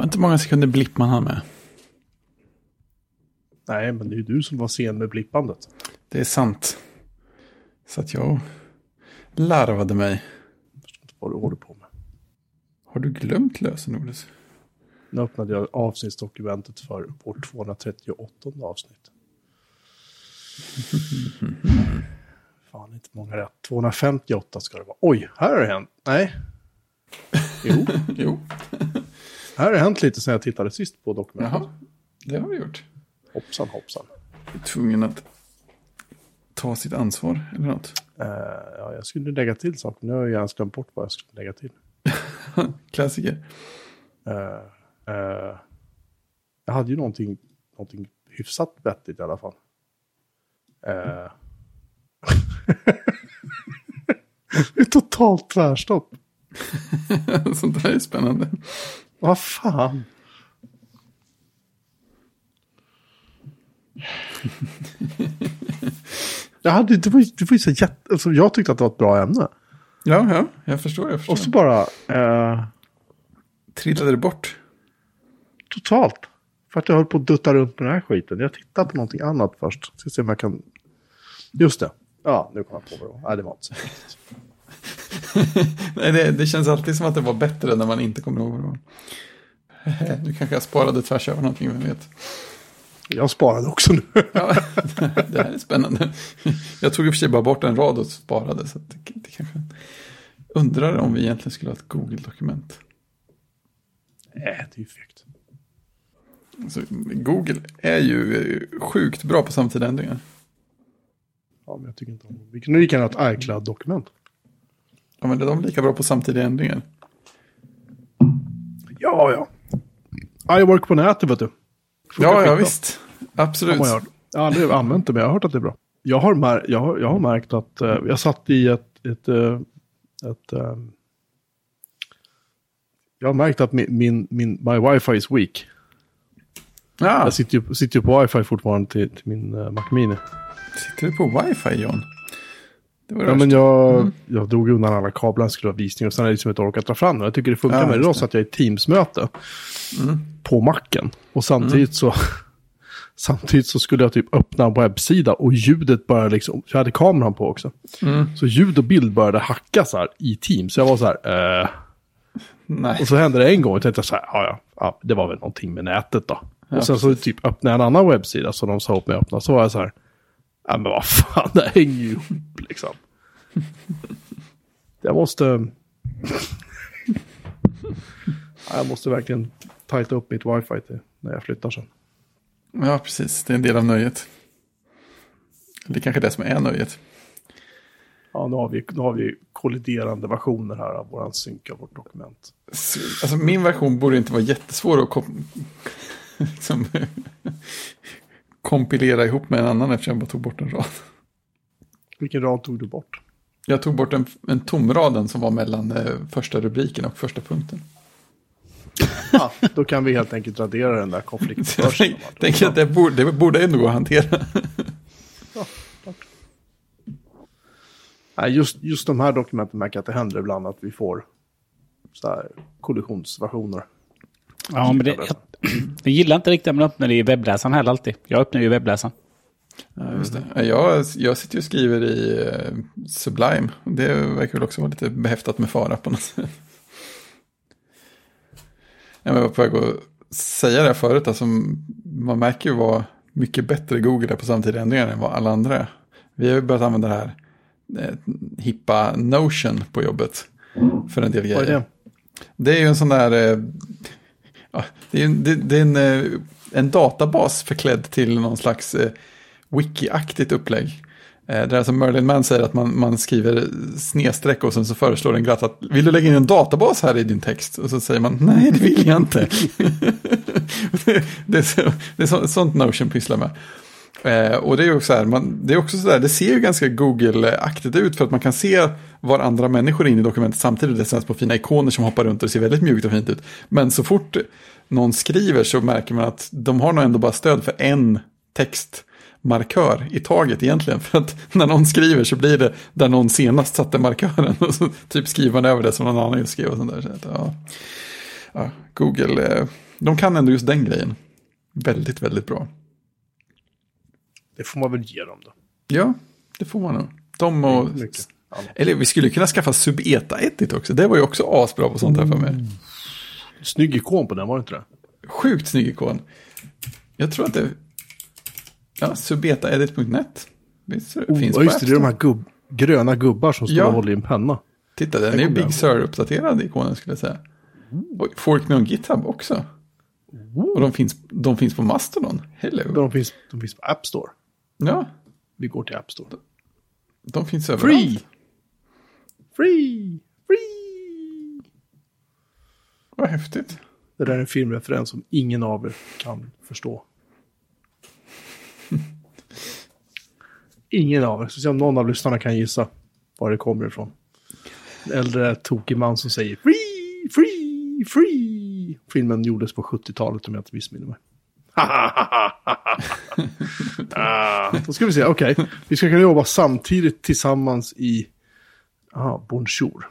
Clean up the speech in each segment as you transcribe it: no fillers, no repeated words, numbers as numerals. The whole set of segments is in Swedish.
var inte många sekunder blipp man har med. Nej, men det är ju du som var sen med blippandet. Det är sant. Så att jag larvade mig. Jag förstår inte vad du håller på med. Har du glömt lösenordet? Nu öppnade jag avsnittsdokumentet för vårt 238 avsnitt. Fan, inte många rätt. 258 ska det vara. Oj, här har det hänt. Nej. Jo. Jo. Här har det hänt lite sen jag tittade sist på dokumentet. Jaha, det har vi gjort. Hoppsan, hoppsan. Du är tvungen att ta sitt ansvar eller något. Ja, jag skulle lägga till saker. Nu har jag ens glömt bort vad jag skulle lägga till. Klassiker. Jag hade ju någonting hyfsat vettigt i alla fall. Det är totalt tvärstopp. Sånt där är spännande. Vad fan? Det var ju så alltså, jag tyckte att det var ett bra ämne. Ja, jag förstår. Och så bara... trillade det bort. Totalt. För att jag höll på att dutta runt med den här skiten. Jag tittar på någonting annat först. Så se om jag kan... Just det. Ja, nu kommer jag på vad det var. Nej, det var inte så viktigt. Nej, det känns alltid som att det var bättre när man inte kommer ihåg vad det var. Nu kanske jag sparade tvärs över någonting, vem vet. Jag sparade också nu. Ja, det här är spännande. Jag tog i och för sig bara bort en rad och sparade. Så det kanske... Undrar om vi egentligen skulle ha ett Google-dokument. Nej, det är ju fegt. Alltså, Google är ju sjukt bra på samtida ändringar. Ja, men jag tycker inte om det. Vi kan ju ha ett iCloud-dokument. Ja, men är de lika bra på samtida ändringar? Ja. Jag work på nätet, vet du. Ja, visst. Absolut. Jag har aldrig använt det, men jag har hört att det är bra. Jag har märkt att jag satt i jag har märkt att my wifi is weak. Ja. Jag sitter ju på wifi fortfarande till min Mac Mini. Sitter du på wifi, John? Det var men jag drog undan alla kablar, skulle ha visning och sen är det liksom inte orkat dra fram. Jag tycker det funkar med det då, så att jag är i Teams-möte på Macen. Och samtidigt så skulle jag typ öppna en webbsida och ljudet började liksom, jag hade kameran på också. Så ljud och bild började hacka så här i Teams. Så jag var så här, Nej. Och så hände det en gång och tänkte så här, ja, det var väl någonting med nätet då. Ja, och sen så typ öppnade jag en annan webbsida som de sa åt mig att öppna. Så var jag så här, ja men vad fan, det hänger ju ihop liksom. Jag måste verkligen tajta upp mitt wifi till när jag flyttar sen. Ja, precis. Det är en del av nöjet. Det är kanske det som är nöjet. Ja, nu har vi kolliderande versioner här av våran synk av vårt dokument. Alltså min version borde inte vara jättesvår att liksom, kompilera ihop med en annan eftersom jag bara tog bort en rad. Vilken rad tog du bort? Jag tog bort en tomraden som var mellan första rubriken och första punkten. Ja, då kan vi helt enkelt radera den där konflikten. Jag tänker att det borde ändå gå att hantera. Ja, klart. Nej, just de här dokumenten märker att det händer ibland att vi så här kollisionsversioner. Ja, men jag gillar inte riktigt att man öppnar det i webbläsaren heller alltid. Jag öppnar ju webbläsaren. Ja, just det. Jag sitter ju och skriver i Sublime. Det verkar väl också vara lite behäftat med fara på något sätt. Jag var på väg att säga det förut. Alltså, man märker ju vad mycket bättre Google är på samtida ändringar än vad alla andra är. Vi har ju börjat använda det här hippa Notion på jobbet för en del grejer. Vad är det? Det är ju en sån där... det är en databas förklädd till någon slags wiki-aktigt upplägg. Där alltså Merlin Mann säger att man skriver snedstreck och sen så föreslår en glatt att vill du lägga in en databas här i din text? Och så säger man nej, det vill jag inte. det är sånt Notion pysslar med. Och det är ju också så här, det är också så där, det ser ju ganska Google-aktigt ut för att man kan se var andra människor är inne i dokumentet samtidigt. Det sänds på fina ikoner som hoppar runt och det ser väldigt mjukt och fint ut. Men så fort någon skriver så märker man att de har nog ändå bara stöd för en textmarkör i taget egentligen. För att när någon skriver så blir det där någon senast satte markören och så typ skriver man över det som någon annan skrev och sånt där. Så att, Ja, Google, de kan ändå just den grejen. Väldigt, väldigt bra. Det får man väl ge dem då. Ja, det får man nog. De och... Eller vi skulle kunna skaffa Subeta Edit också. Det var ju också asbra på sånt här för mig. Snygg ikon på den, var det inte det? Sjukt snygg ikon. Jag tror att det... Ja, subetaedit.net. Finns på just det, det är de här gröna gubbar som står och håller i en penna. Titta, den är ju Big Sur-uppdaterad ikonen skulle jag säga. Och Fork Me on GitHub också. Och de finns på Mastodon. Hello. De finns på App Store. Ja. Vi går till App Store. De finns överallt. Free! Vad häftigt. Det där är en filmreferens som ingen av er kan förstå. Ingen av er. Så om någon av lyssnarna kan gissa var det kommer ifrån. En äldre tokig man som säger free! Filmen gjordes på 70-talet om jag inte missminner mig. Då ska vi se, okej. Vi ska kunna jobba samtidigt tillsammans i Bonjour.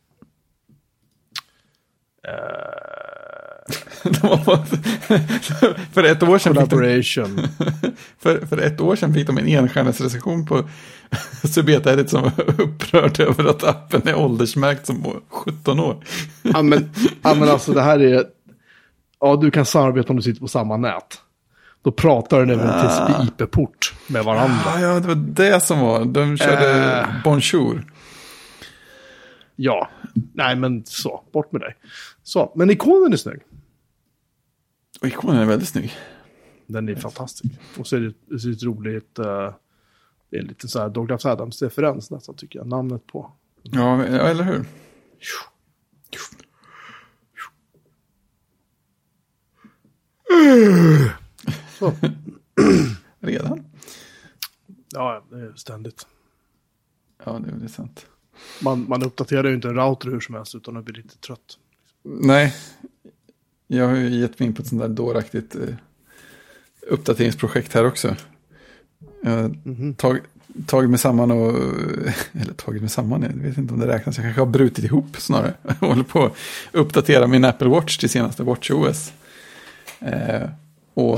För ett år sedan Collaboration. För ett år sedan fick de en enstjärnesrecension på Subeta Edit som var upprörd över att appen är åldersmärkt som 17 år. Ja, men alltså det här är... Ja, du kan samarbeta om du sitter på samma nät. Då pratar du nämligen till IP-port med varandra. Ja, det var det som var. De körde Bonjour. Ja, nej men så, bort med dig. Så, men ikonen är snygg. Och ikonen är väldigt snygg. Den är fantastisk. Och så är det ett roligt, det är lite så här Douglas Adams-referens nästan tycker jag, namnet på. Ja, eller hur? Så. Redan? Ja, det är ständigt. Ja, det är sant. Man uppdaterar ju inte en router hur som helst utan att bli lite trött. Nej, jag har ju gett mig in på ett sånt där dåraktigt uppdateringsprojekt här också. Jag har tagit mig samman och... Eller tagit mig samman, jag vet inte om det räknas. Jag kanske har brutit ihop snarare. Jag håller på att uppdatera min Apple Watch till senaste WatchOS. Och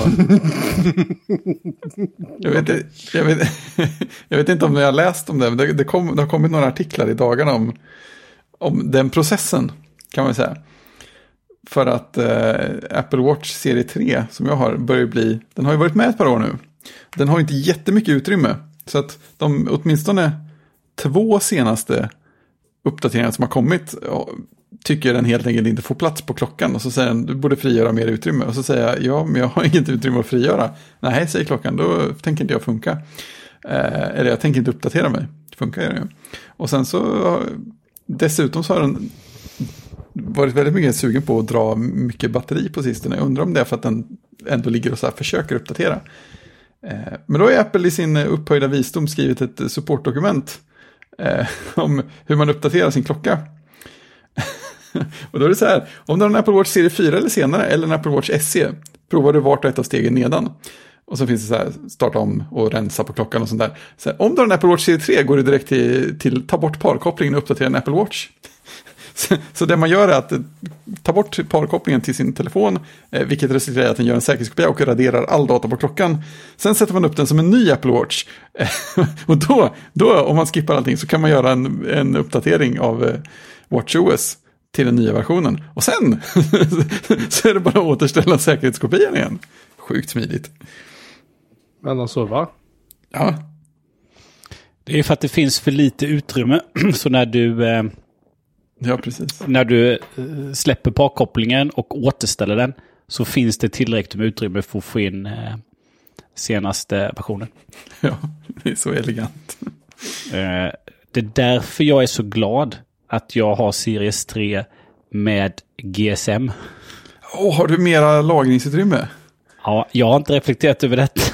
jag vet inte om ni har läst om det, men det har kommit några artiklar i dagarna om den processen, kan man säga. För att Apple Watch serie 3 som jag har börjar bli, den har ju varit med ett par år nu. Den har inte jättemycket utrymme, så att de åtminstone 2 senaste uppdateringar som har kommit tycker den helt enkelt inte får plats på klockan. Och så säger den, du borde frigöra mer utrymme. Och så säger jag, ja, men jag har inget utrymme att frigöra. Nej, säger klockan, då tänker inte jag funka. Eller jag tänker inte uppdatera mig. Det funkar ju. Och sen så, dessutom så har den varit väldigt mycket sugen på att dra mycket batteri på sistone. Jag undrar om det är för att den ändå ligger och så här försöker uppdatera. Men då har Apple i sin upphöjda visdom skrivit ett supportdokument om hur man uppdaterar sin klocka. Och då är det så här, om du har en Apple Watch serie 4 eller senare eller en Apple Watch SE, provar du vart och ett av stegen nedan. Och så finns det så här, starta om och rensa på klockan och sånt där. Så här, om du har en Apple Watch serie 3 går du direkt till ta bort parkopplingen och uppdatera en Apple Watch. Så det man gör är att ta bort parkopplingen till sin telefon, vilket resulterar i att den gör en säkerhetskopia och raderar all data på klockan. Sen sätter man upp den som en ny Apple Watch. Och då, om man skippar allting, så kan man göra en uppdatering av WatchOS till den nya versionen. Och sen så är det bara att återställa säkerhetskopian igen. Sjukt smidigt. Men alltså, va? Ja. Det är för att det finns för lite utrymme. Så när du... Ja, precis. När du släpper parkopplingen och återställer den, så finns det tillräckligt med utrymme för att få in senaste versionen. Ja, det är så elegant. Det är därför jag är så glad att jag har Series 3 med GSM. Har du mera lagringsutrymme? Ja, jag har inte reflekterat över detta.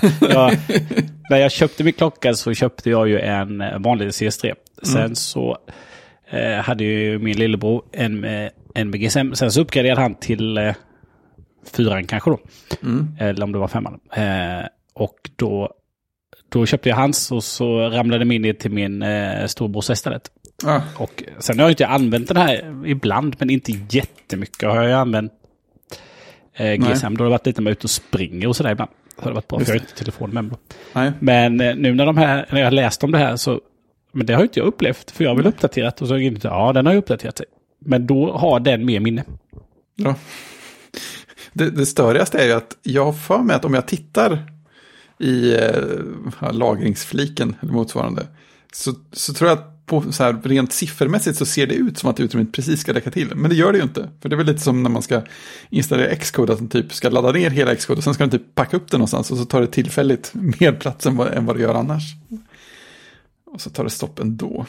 När jag köpte min klocka så köpte jag ju en vanlig Series 3. Sen så hade ju min lillebror en med GSM. Sen så uppgraderade han till 4 kanske då. Eller om det var 5. Och då köpte jag hans och så ramlade min in till min storebrors istället. Och sen har jag inte använt den här ibland, men inte jättemycket har jag använt GSM. Då har det varit lite med ut och springer och sådär ibland. Så har det varit bra, för jag har inte telefon med mig. Men nu när jag har läst om det här så, men det har inte jag upplevt, för jag vill uppdatera och så har jag inte, den har ju uppdaterat sig. Men då har den mer minne. Ja. Det störigaste är ju att jag har för mig att om jag tittar i lagringsfliken eller motsvarande så tror jag att på så här rent siffermässigt så ser det ut som att utrymmet precis ska räcka till. Men det gör det ju inte. För det är väl lite som när man ska installera Xcode, att den typ ska ladda ner hela Xcode och sen ska den typ packa upp den någonstans och så tar det tillfälligt mer plats än vad det gör annars. Och så tar det stopp ändå.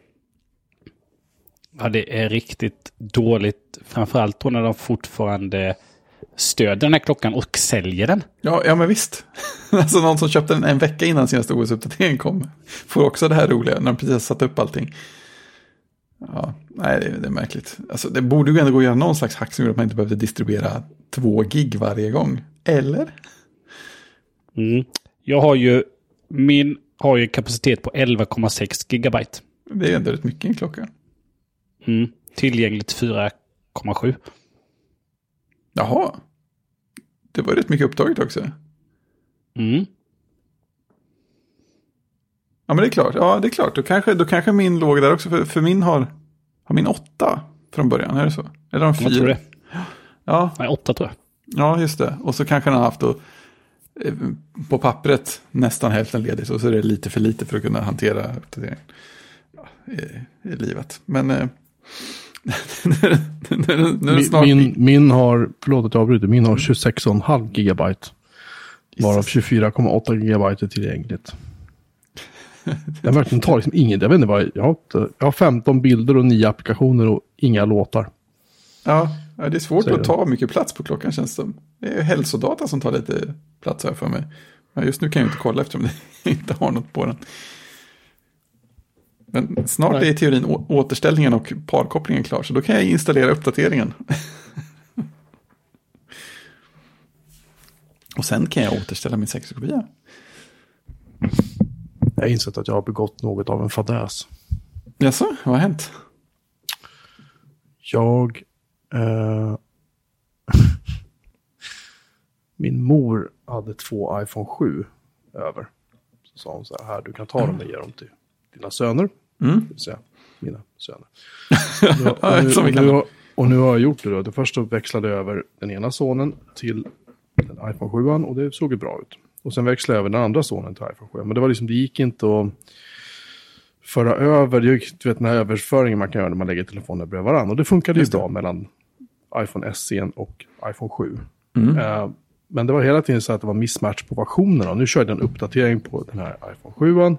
Ja, det är riktigt dåligt. Framförallt då när de fortfarande stöder den här klockan och säljer den. Ja men visst. Alltså någon som köpte den en vecka innan senaste OS-uppdateringen kom får också det här roliga när de precis har satt upp allting. Ja, nej, det är märkligt. Alltså, det borde ju ändå gå att göra någon slags hack som gör att man inte behövde distribuera 2 gig varje gång. Eller? Min har ju kapacitet på 11,6 gigabyte. Det är ändå rätt mycket en klocka. Tillgängligt 4,7. Jaha. Det var rätt mycket upptaget också. Ja, men det är klart. Ja, det är klart. Då kanske min låg där också. För min har min 8 från början. Är det så? Eller har 4? Jag tror det. Ja. Nej, 8 tror jag. Ja, just det. Och så kanske den har haft då, på pappret nästan hälften ledigt. Och så är det lite för lite för att kunna hantera uppdateringen i livet. Men min har, förlåt att jag avbryter, min har 26,5 gigabyte. Varav 24,8 gigabyte är tillgängligt. Den verkligen tar liksom inget. Jag vet inte vad jag har 15 bilder och 9 applikationer och inga låtar. Ja, det är svårt att ta mycket plats på klockan, känns det. Det är hälsodata som tar lite plats här för mig. Ja, just nu kan jag inte kolla eftersom jag inte har något på den. Men snart är i teorin återställningen och parkopplingen klar, så då kan jag installera uppdateringen. Och sen kan jag återställa min 6-kopia. Jag har insett att jag har begått något av en fadäs. Jaså? Vad har hänt? Min mor hade 2 iPhone 7 över. Så sa hon så här, du kan ta dem och ge dem till dina söner. Det vill säga, mina söner. Och nu har jag gjort det då. Först växlade jag över den ena sonen till den iPhone 7 och det såg ju bra ut. Och sen växlade jag över den andra sonen till iPhone 7. Men det var liksom, det gick inte att föra över, du vet den här överföringen man kan göra när man lägger telefoner bredvid varandra. Och det funkade ju bra mellan iPhone SE och iPhone 7. Men det var hela tiden så att det var mismatch på versionerna. Nu körde jag en uppdatering på den här iPhone 7.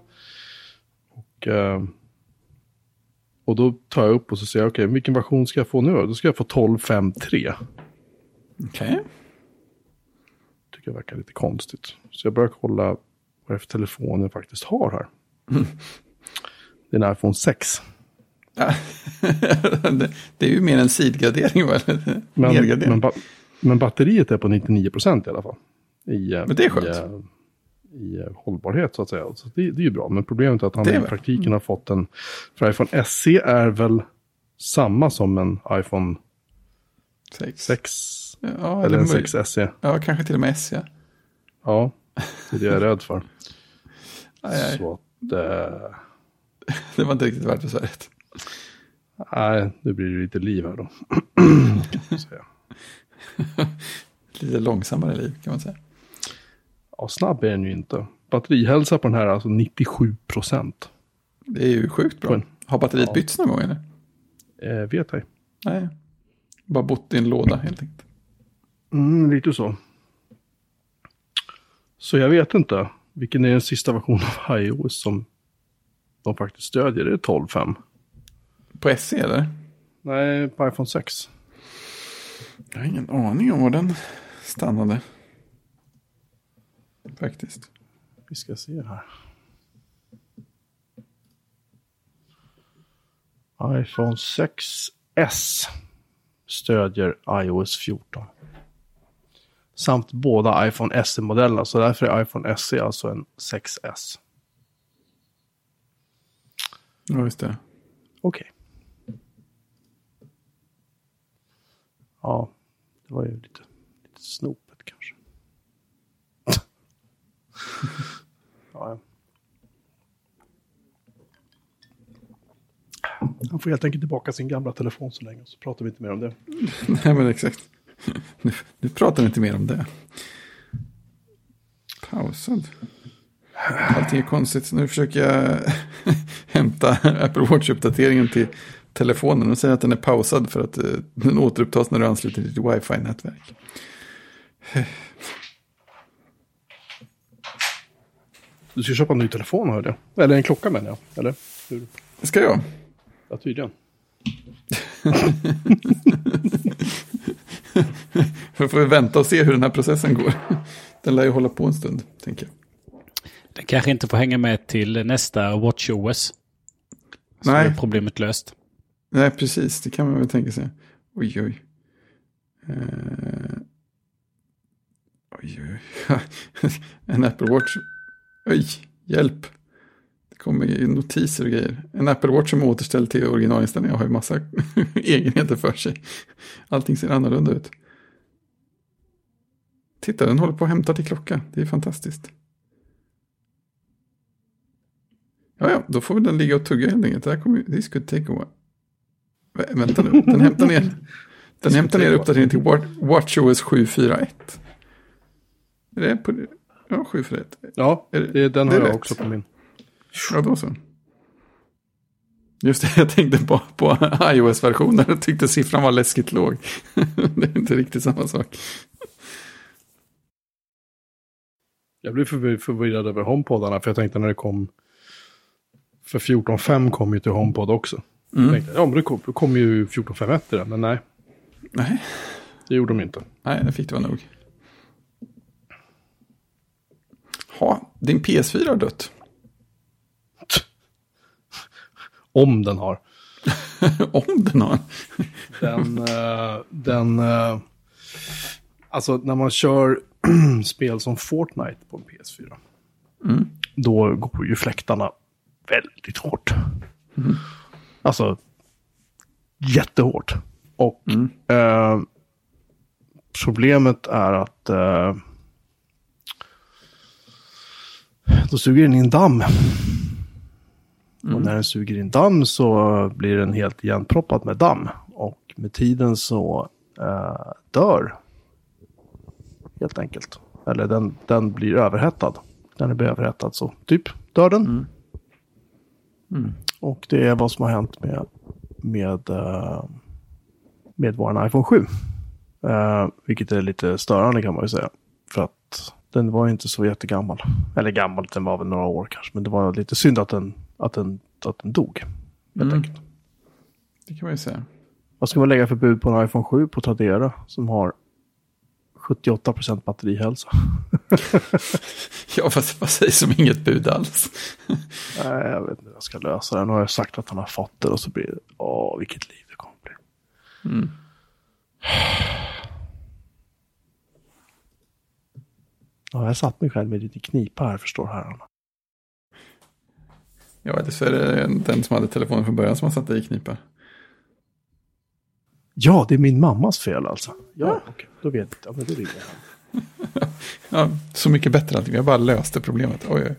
Och då tar jag upp och så säger jag, okej, vilken version ska jag få nu? Då ska jag få 12.5.3. Okej. Tycker jag verkar lite konstigt. Så jag börjar kolla vad det är för telefon jag faktiskt har här. Det är en iPhone 6. Det är ju mer en sidgradering. Men batteriet är på 99% i alla fall. Men det är skönt. I hållbarhet så att säga. Så det är ju bra. Men problemet är att han i praktiken har fått en... För iPhone SE är väl samma som en iPhone 6 ja, eller en 6 SE. Ja, kanske till och med SE. Ja, det är det jag är rädd för. Aj. Så att... Det var inte riktigt värt besväret. Nej, nu blir det lite liv här då. Lite långsammare liv kan man säga. Ja, snabb är den ju inte. Batterihälsa på den här är alltså 97%. Det är ju sjukt bra. Har batteriet bytts någon gång eller? Vet jag. Nej, bara bott i en låda helt enkelt. Lite så. Så jag vet inte. Vilken är den sista versionen av iOS som de faktiskt stödjer? Det är 12.5. På SE eller? Nej, på iPhone 6. Jag har ingen aning om vad den stannade. Faktiskt. Vi ska se här. iPhone 6S stödjer iOS 14. Samt båda iPhone SE-modellerna. Så därför är iPhone SE alltså en 6S. Ja, just det. Okej. Ja, det var ju lite snopet kanske. Ja. Han får helt enkelt tillbaka sin gamla telefon så länge, så pratar vi inte mer om det. Nej, men exakt. Nu pratar vi inte mer om det. Pausad. Allting är konstigt. Nu försöker jag hämta Apple Watch-uppdateringen till telefonen och säger att den är pausad för att den återupptas när du ansluter till ditt wifi-nätverk. Du ska köpa en ny telefon, hörde jag. Eller en klocka, menar jag. Eller hur? Det ska jag. Ja, tydligen. För får vi vänta och se hur den här processen går. Den lär ju hålla på en stund, tänker jag. Den kanske inte får hänga med till nästa WatchOS. Så Nej. är problemet löst. Nej, precis. Det kan man väl tänka sig. Oj, oj. Oj, oj. En Apple Watch. Oj, hjälp. Det kommer ju notiser och grejer. En Apple Watch som är återställd till originalinställningar har ju massa egenheter för sig. Allting ser annorlunda ut. Titta, den håller på att hämta till klocka. Det är fantastiskt. Ja, då får vi den ligga och tugga helt enkelt. Det här kommer ju, this could take a while. Vänta nu, den hämtar ner uppdateringen till WatchOS 7.4.1. Är det på det? Ja, 7.4.1. Ja, den har jag också på min. Ja, då så. Just det, jag tänkte på iOS-versionen och tyckte siffran var läskigt låg. Det är inte riktigt samma sak. Jag blev förvirrad över HomePodarna, för jag tänkte när det kom för 14.5 kom ju till HomePod också. Jag tänkte, ja, men det kom ju 14.5.1 i den, men nej. Nej. Det gjorde de inte. Nej, det fick det vara nog. Ha, din PS4 har dött. Om den har. Om den har. Alltså när man kör spel som Fortnite på en PS4. Då går ju fläktarna väldigt hårt. Alltså jättehårt. Och problemet är att då suger den in damm. Och när den suger in damm så blir den helt igenproppad med damm. Och med tiden så dör. Helt enkelt. Eller den blir överhettad. När den blir överhettad så typ dör den. Och det är vad som har hänt med vår iPhone 7. Vilket är lite störande kan man ju säga. För att den var inte så jättegammal. Eller gammal, den var väl några år kanske. Men det var lite synd att den dog. Helt enkelt. Det kan man ju säga. Vad ska man lägga för bud på en iPhone 7 på Tradera som har 78% batterihälsa? Ja, fast vad sägs som inget bud alls? Nej, jag vet inte hur jag ska lösa det. Nu har jag sagt att han har fått det och så blir det, vilket liv det kommer bli. Ja, jag satt mig själv med lite knipa här, förstår herrarna. Ja, det så är det den som hade telefonen från början som har satt dig i knipa. Ja, det är min mammas fel alltså. Ja, okej. Då vet jag. Ja, men då ringer jag. Ja, så mycket bättre allting. Vi har bara löst det problemet. Oj.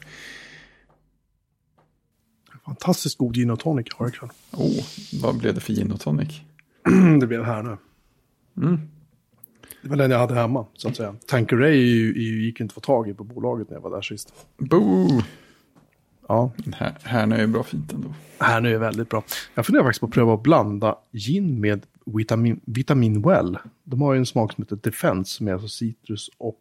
Fantastiskt god gin och tonic har jag ikväll. Vad blev det för gin och tonic? Det blev här nu. Det var den jag hade hemma, så att säga. Tanqueray gick inte att få tag i på bolaget när jag var där sist. Boo! Ja. Här är ju bra fint ändå. Här nu är väldigt bra. Jag funderar faktiskt på att pröva att blanda gin med Vitamin Well. De har ju en smak som heter Defense som är alltså citrus och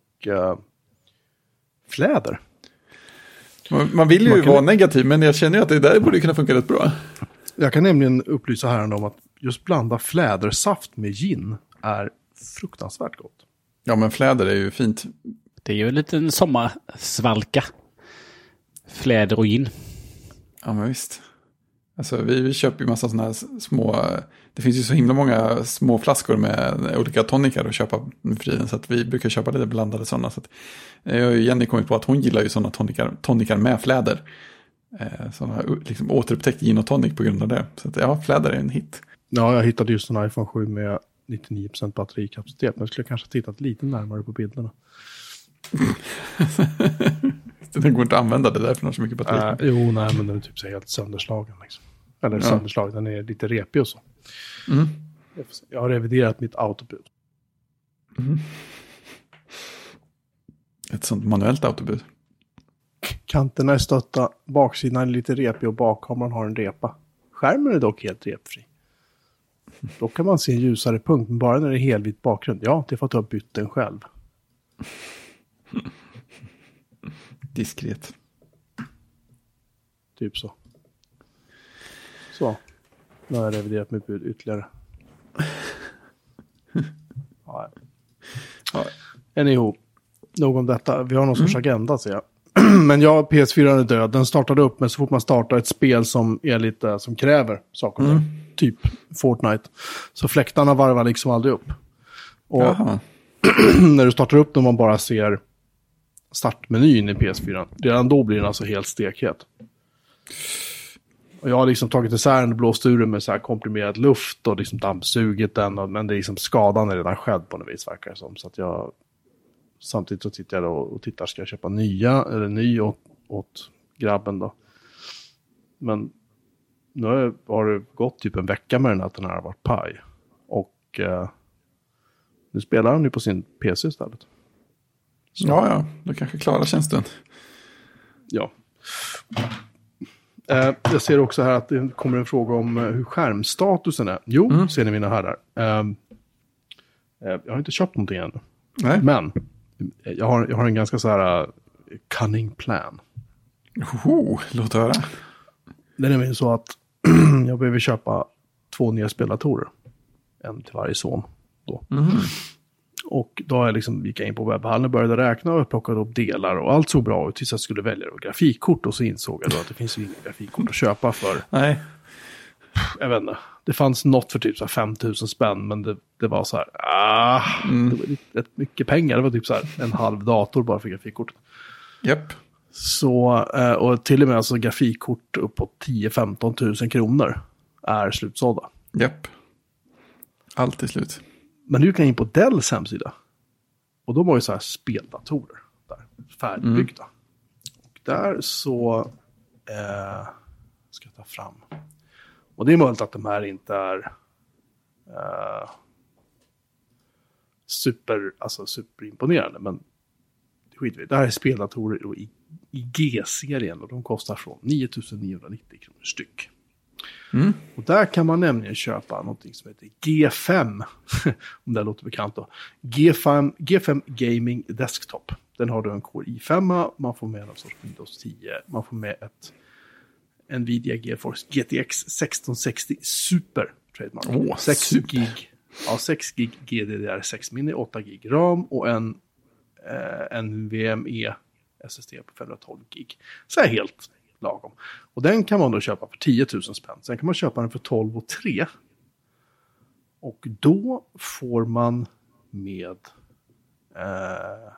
fläder. Man vill ju vara negativ, men jag känner ju att det där borde kunna funka rätt bra. Jag kan nämligen upplysa här om att just blanda flädersaft med gin är fruktansvärt gott. Ja, men fläder är ju fint. Det är ju en liten sommarsvalka. Fläder och gin. Ja, men visst. Alltså vi köper ju massa sådana här små... Det finns ju så himla många små flaskor med olika tonikar att köpa med friden. Så att vi brukar köpa lite blandade sådana. Så att jag har ju Jenny kommit på att hon gillar ju sådana tonikar med fläder. sådana liksom återupptäckt gin och tonic på grund av det. Så att, ja, fläder är en hit. Ja, jag hittade just en iPhone 7 med 99% batterikapacitet. Men jag skulle kanske tittat lite närmare på bilderna. Den går inte att använda det där för så mycket batteri. Jo, nej, men den är typ så helt sönderslagen. Liksom. Eller sönderslagen, den är lite repig och så. Mm. Jag har reviderat mitt autobud. Mm. Ett sånt manuellt autobud. Kanterna är stötta, baksidan är lite repig och bakkameran har en repa. Skärmen är dock helt repfri. Då kan man se en ljusare punkt, men bara när det är helvit bakgrund. Ja, det är för att du har bytt den själv. Diskret. Typ så. Så. Nu har jag reviderat mitt bud ytterligare. Ja. Anyhow. Nog om detta. Vi har någon sorts agenda, ser jag. Men ja, PS4 är död. Den startade upp, men så fort man startar ett spel som är lite, som kräver saker. Typ Fortnite. Så fläktarna varvar liksom aldrig upp. Och när du startar upp, när man bara ser startmenyn i PS4, redan då blir den alltså helt stekhet. Och jag har liksom tagit isär den, blåst ur den med så här komprimerad luft och liksom dammsugit den. Men det är liksom, skadan är redan skedd på något vis, verkar det som. Så att jag... Samtidigt så tittar jag och tittar, ska jag köpa ny åt grabben då. Men nu har det gått typ en vecka med den här har varit paj. Och nu spelar han ju på sin PC istället. Så. Ja, du kanske klarar tjänsten. Ja. Jag ser också här att det kommer en fråga om hur skärmstatusen är. Jo, ser ni mina herrar. Jag har inte köpt någonting ännu. Nej. Men jag har en ganska så här cunning plan. Låt höra. Det är nämligen så att jag behöver köpa 2 nya spelatorer. En till varje son då. Och då har jag liksom gick in på webbhallen och började räkna och plockade upp delar och allt såg bra ut tills jag skulle välja ett grafikkort och så insåg jag då att det finns ju inga grafikkort att köpa för. Nej. Jag vet inte. Det fanns något för typ så här 5 000 spänn, men det var så här det var rätt mycket pengar. Det var typ så här en halv dator bara för grafikkortet. Japp. Så, och till och med alltså grafikkort uppåt 10-15 000 kronor är slutsålda. Japp. Allt är slut. Men nu kan jag in på Dells hemsida. Och de har ju så här speldatorer där, färdigbyggda. Och där så ska jag ta fram. Och det är möjligt att de här inte är superimponerande, men skit vid. Det här är speldatorer i G-serien och de kostar från 9 990 kronor styck. Och där kan man nämligen köpa någonting som heter G5, om det låter bekant då. G5 Gaming Desktop. Den har du en Core i5, man får med en sorts Windows 10, man får med ett Nvidia GeForce GTX 1660 Super trademark. 6 gig. Ja, 6 gig GDDR6 minne, 8 gig RAM och en NVMe SSD på 512 gig. Så är helt lagom. Och den kan man då köpa för 10 000 spänn. Sen kan man köpa den för 12 300. Och då får man med jag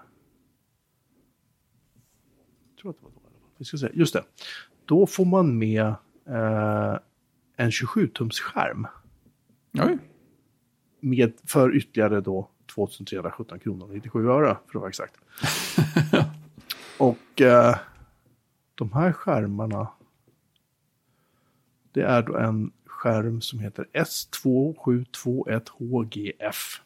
tror att det var då. Vi ska se. Just det. Då får man med en 27-tums skärm. Oj. Med för ytterligare då 2317 kronor och 97 öre för att vara exakt. Och de här skärmarna, det är då en skärm som heter S2721HGF.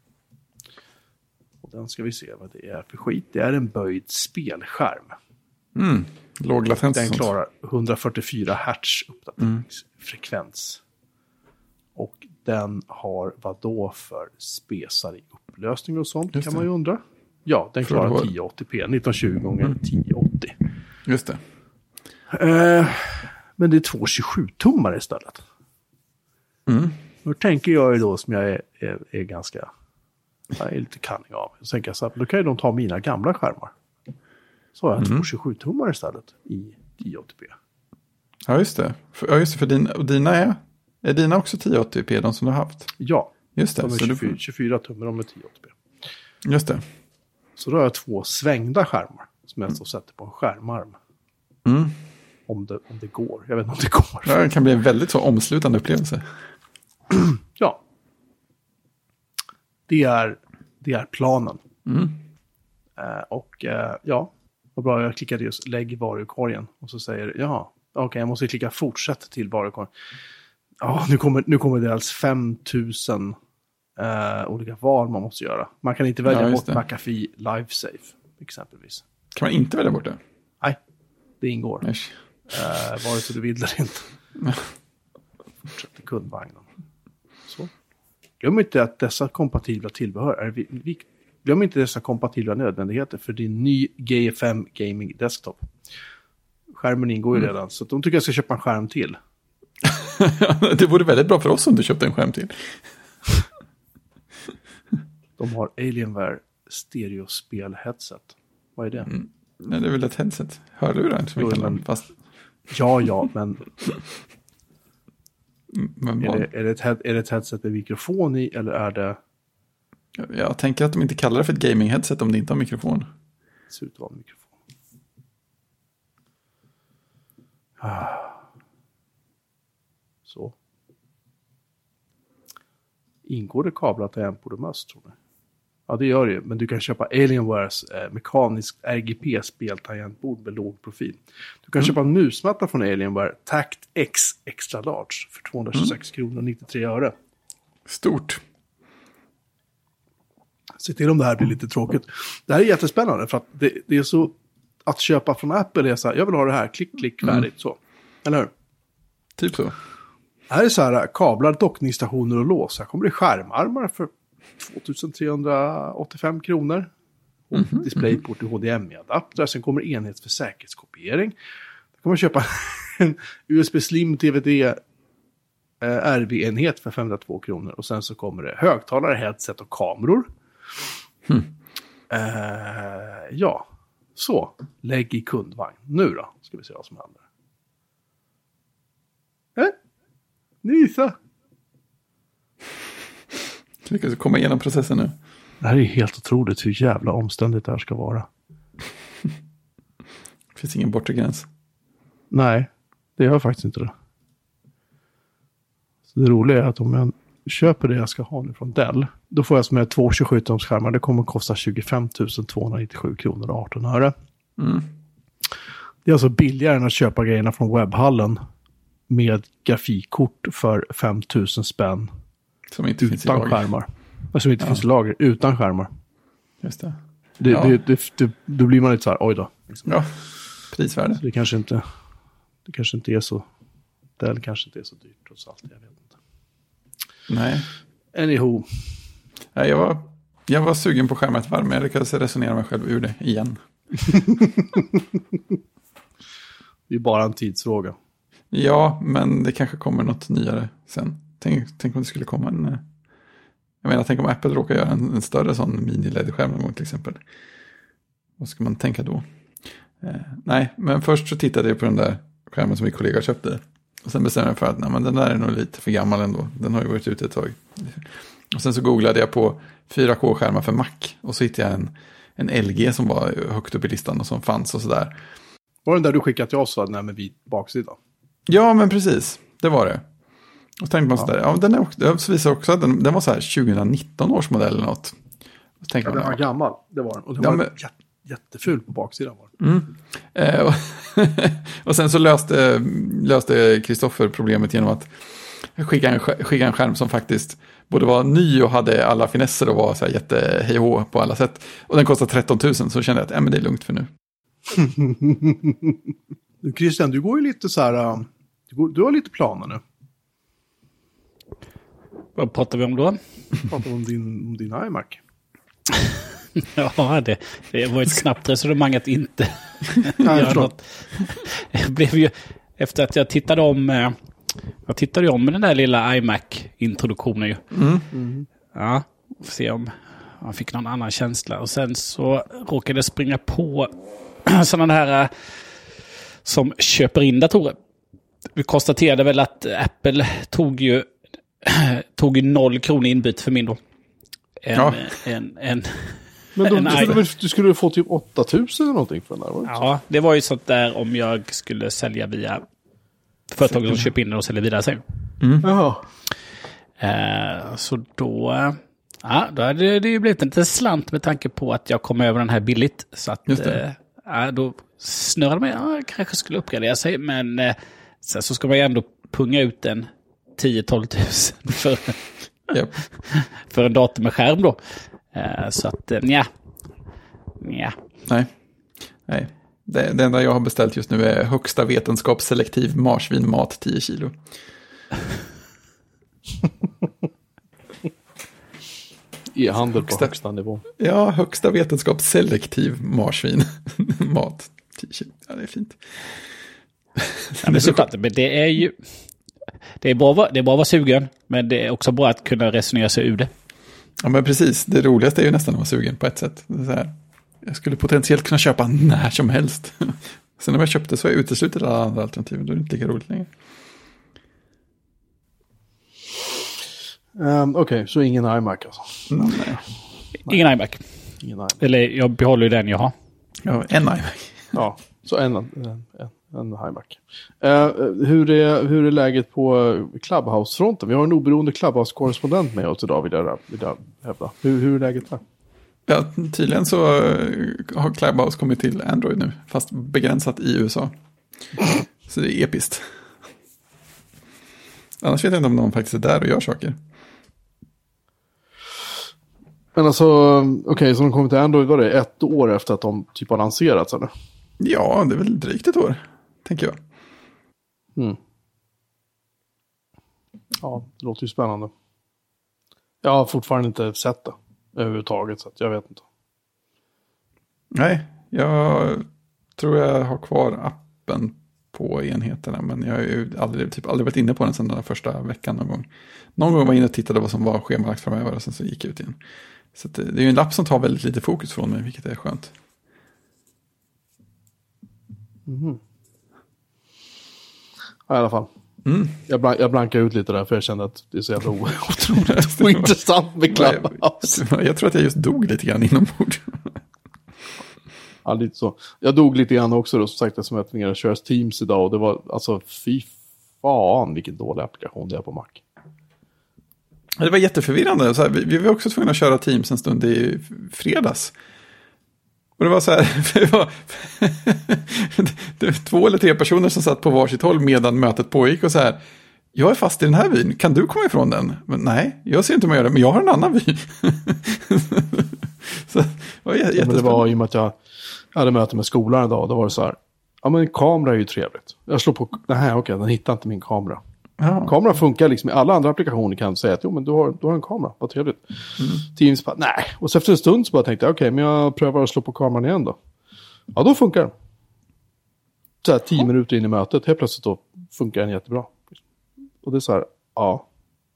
Och den ska vi se vad det är för skit. Det är en böjd spelskärm. Låg latens. Den klarar 144 Hz uppdateringsfrekvens. Och den har vad då för spesar i upplösning och sånt, kan man ju undra. Ja, den klarar 1080p, 1920 x 1080. Just det. Men det är 2 27-tummar istället. Då tänker jag ju då, som jag är ganska... Jag är lite kanning av. Så tänker jag så här, då kan ju de ta mina gamla skärmar. Så har jag 2 27-tummar istället i 1080p. Ja, just det. För dina är dina också 1080p, de som du har haft? Ja, just det. De är 24 tummar, de är 1080p. Just det. Så då har jag 2 svängda skärmar som jag så sätter på en skärmarm. Om det går. Jag vet inte om det går. Ja, det kan bli en väldigt så omslutande upplevelse. Ja. Det är planen. Ja, vad bra, jag klickade just lägg varukorgen och så säger okej, jag måste klicka fortsätt till varukorgen. Ja, nu kommer det alltså 5000 olika val man måste göra. Man kan inte välja bort McAfee LiveSafe exempelvis. Kan man inte välja bort det? Nej, det ingår. Vare sig du vill eller inte. Fortsätt till kundvagnen. Så. Glöm inte att dessa kompatibla tillbehör är viktigt. Glöm inte dessa kompatibla nödvändigheter för din ny GFM Gaming Desktop. Skärmen ingår ju redan, så de tycker jag ska köpa en skärm till. Det vore väldigt bra för oss om du köpte en skärm till. De har Alienware stereospel-headset. Vad är det? Nej, det är väl ett headset. Hörlurar som vi kallar dem, fast... Ja, men... men är det ett headset med mikrofon i, eller är det... Jag tänker att de inte kallar det för ett gaming-headset om det inte har mikrofon. Det ser ut att vara en mikrofon. Så. Ingår det kablar till en på det mest, tror jag? Ja, det gör det ju. Men du kan köpa Alienwares mekaniskt RGP-speltangentbord med låg profil. Du kan köpa en musmatta från Alienware Tact X Extra Large för 226 kronor och 93 öre. Stort. Se till om det här blir lite tråkigt. Det här är jättespännande för att det är så... Att köpa från Apple är så här, jag vill ha det här, klick, färdigt, så. Eller hur? Typ så. Här är så här, kablar, dockningsstationer och lås. Här kommer det skärmarmar för 2385 kronor. Displayport och HDMI-adapter. Sen kommer enhet för säkerhetskopiering. Då kan man köpa en USB Slim DVD RV-enhet för 502 kronor. Och sen så kommer det högtalare, headset och kameror. Ja, så. Lägg i kundvagn. Nu då ska vi se vad som händer. Nisa! Lyckas komma igenom processen nu. Det här är helt otroligt hur jävla omständigt det här ska vara. Det finns ingen bortre gräns. Nej, det gör faktiskt inte det. Så det roliga är att om jag köper det jag ska ha nu från Dell, då får jag som är 2 27-tums-skärmar. Det kommer att kosta 25 297 kronor och 18 öre. Det är alltså billigare än att köpa grejerna från webbhallen med grafikkort för 5 000 spänn. Som inte finns i utan lager. Skärmar. Som inte finns i lager, utan skärmar. Just det. Då blir man lite så här, oj då. Liksom. Ja, prisvärde. Så det kanske inte är så... Dell kanske inte är så dyrt trots allt, jag vet inte. Nej. Anywho. Nej, jag var sugen på skärmätvarm, men jag lyckades resonera mig själv ur det igen. Det är bara en tidsfråga. Ja, men det kanske kommer något nyare sen. Tänk om det skulle komma en... Jag menar, tänk om Apple råkar göra en större sån mini-LED-skärm till exempel. Vad ska man tänka då? Nej, men först så tittade jag på den där skärmen som min kollega köpte. Och sen bestämde jag för att men den där är nog lite för gammal ändå. Den har ju varit ute ett tag. Och sen så googlade jag på 4K-skärmar för Mac. Och så hittade jag en LG som var högt upp i listan och som fanns och sådär. Var den där du skickat till oss den här med vit baksida? Ja, men precis. Det var det. Och så tänkte man sådär, den visar också att den var så här 2019 års modell eller något. Ja, den var gammal, det var den. Och den var jätteful på baksidan. Och sen så löste Kristoffer problemet genom att skicka en skärm som faktiskt både var ny och hade alla finesser och var så här jättehej på alla sätt. Och den kostade 13 000, så kände jag att men det är lugnt för nu. Du Christian, du går ju lite så här, du har lite planer nu. Vad pratar vi om då? Pratar om din iMac. Ja, det var ett snabbt resonemang att inte göra något. Jag blev ju, efter att jag tittade om med den där lilla iMac-introduktionen ju. Ja, får se om man fick någon annan känsla. Och sen så råkade jag springa på sådana här som köper in datorer. Vi konstaterade väl att Apple tog ju 0 kronor inbyte för min då. Men du skulle få typ 8000 eller någonting för den där. Ja, det var ju sånt där om jag skulle sälja via företag som köper in den och säljer vidare sen. Jaha. Så då hade det ju blivit en liten slant med tanke på att jag kom över den här billigt. Så att då snurrade mig, jag kanske skulle uppgradera sig. Men sen så ska man ju ändå punga ut en 10-12 000 för en dator med skärm då. Så att, nja. Nej. Det enda jag har beställt just nu är högsta vetenskapsselektiv marsvinmat 10 kilo. E-handel på högsta nivå. Ja, högsta vetenskapsselektiv marsvinmat 10 kilo. Ja, det är fint. Ja, men såklart, men det är ju... Det är bara att vara sugen, men det är också bra att kunna resonera sig ur det. Ja, men precis. Det roligaste är ju nästan att vara sugen på ett sätt. Det är så här, jag skulle potentiellt kunna köpa när som helst. Sen när jag köpte så är jag uteslutet alla andra alternativ. Då är det inte lika roligt längre. Okej, så ingen iMac alltså? Nej. Ingen iMac. Eller jag behåller ju den jag har. Ja, en iMac. Ja, så en iMac. Hur är läget på Clubhouse-fronten? Vi har en oberoende Clubhouse-korrespondent med oss idag, vill jag hävda. Hur är läget där? Ja, tydligen så har Clubhouse kommit till Android nu, fast begränsat i USA. Så det är episkt. Annars vet jag inte om någon faktiskt är där och gör saker. Men alltså, okej, så de kommer till Android, var det 1 år efter att de typ har lanserats, eller? Ja, det är väl drygt 1 år, tänker jag. Ja, det låter ju spännande. Jag har fortfarande inte sett det överhuvudtaget, så att jag vet inte. Nej, jag tror jag har kvar appen på enheterna, men jag har ju aldrig varit inne på den sedan den första veckan någon gång. Någon gång var jag inne och tittade vad som var schemalagt framöver och sen så gick jag ut igen. Så det är ju en lapp som tar väldigt lite fokus från mig, vilket är skönt. Ja, i alla fall. Jag blankar ut lite där för jag kände att det är så jävla otroligt ointressant med Clubhouse. Jag tror att jag just dog lite grann inombords. Ja, lite så. Jag dog lite grann också då, som sagt, eftersom jag tvingade köra Teams idag. Och det var, alltså, fy fan vilken dålig applikation det är på Mac. Det var jätteförvirrande. Så här, vi var också tvungna att köra Teams en stund i fredags. Och det var så här, det var 2 eller 3 personer som satt på varsitt håll medan mötet pågick och så här, jag är fast i den här vyn, kan du komma ifrån den? Men, nej, jag ser inte hur man gör det, men jag har en annan vy. Så, det var det var i och med att jag hade möte med skolan idag, då var det så här, ja men kamera är ju trevligt. Jag slår på, nej okej, den hittar inte min kamera. Ja. Kameran funkar liksom i alla andra applikationer, kan säga att jo men du har en kamera, vad trevligt. Teams bara, nej. Och så efter en stund så bara tänkte jag, okej, men jag prövar att slå på kameran igen då. Ja, då funkar den. Så här 10 minuter in i mötet, helt plötsligt då funkar den jättebra. Och det är så här, ja.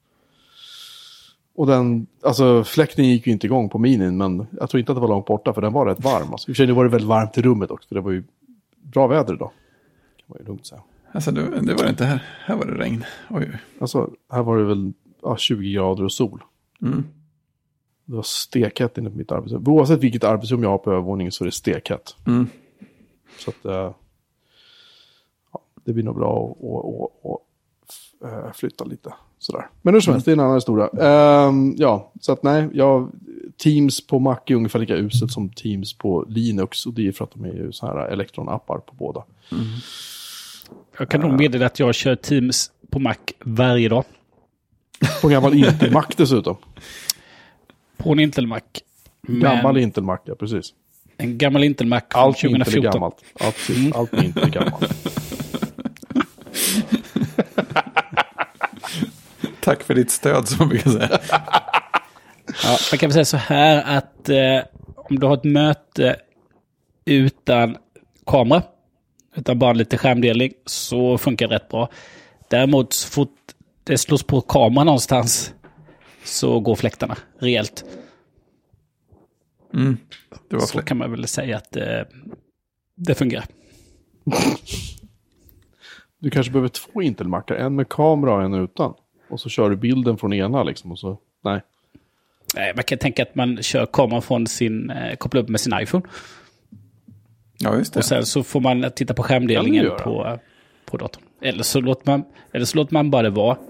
Och den, alltså fläkten gick ju inte igång på minin, men jag tror inte att det var långt borta, för den var rätt varm. Alltså, i och för sig var det väldigt varmt i rummet också, för det var ju bra väder idag. Det kan man ju lugnt säga. Alltså det var det inte här. Här var det regn. Oj. Alltså här var det väl 20 grader och sol. Det var stekhett inne på mitt arbetsrum. Oavsett vilket arbetsrum jag har på övervåningen så är det stekhett. Så att det blir nog bra att flytta lite. Sådär. Men hur som helst, det är en annan historia. Ja, så att nej, Teams på Mac är ungefär lika uselt som Teams på Linux. Och det är för att de är ju så här Electron-appar på båda. Jag kan nog meddela att jag kör Teams på Mac varje dag. På en gammal Intel-Mac dessutom. På en Intel-Mac. Gammal Intel-Mac, ja precis. En gammal Intel-Mac från 2014. Allt är gammalt. Allt är inte gammalt. Tack för ditt stöd, som vi kan säga. Ja, man kan väl säga så här att om du har ett möte utan kamera, utan bara lite skärmdelning, så funkar det rätt bra. Däremot så fort det slås på kameran någonstans så går fläktarna rejält. Det var så kan man väl säga att det fungerar. Du kanske behöver 2 Intel-mackar, en med kamera och en utan. Och så kör du bilden från ena liksom, och så, nej. Man kan tänka att man kör kameran från kopplar upp med sin iPhone. Ja, just det. Och sen så får man titta på skärmdelningen på datorn. Eller så låter man bara det vara.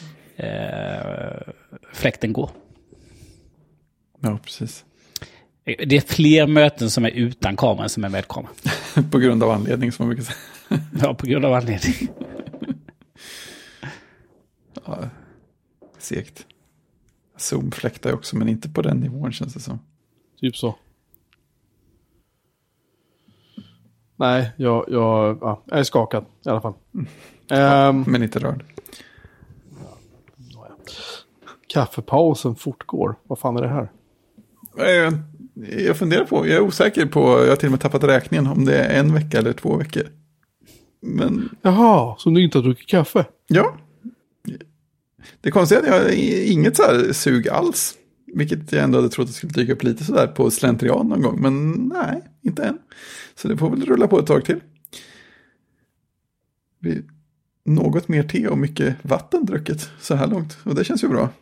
Fläkten går. Ja, precis. Det är fler möten som är utan kameran som är med kameran. På grund av anledning, som man brukar säga. Ja, på grund av anledning. Ja, segt. Zoom fläktar ju också, men inte på den nivån, känns det som. Typ så. Nej, jag är skakad i alla fall. Men inte rörd. Kaffepausen fortgår. Vad fan är det här? Jag funderar på, jag är osäker på, jag har till och med tappat räkningen om det är 1 vecka eller 2 veckor. Men... Jaha, så du inte har druckit kaffe? Ja. Det konstiga är att jag har inget så här sug alls. Vilket jag ändå hade trott att det skulle dyka upp lite sådär på slentrian någon gång. Men nej, inte än. Så det får väl rulla på ett tag till. Något mer te och mycket vatten drucket så här långt. Och det känns ju bra.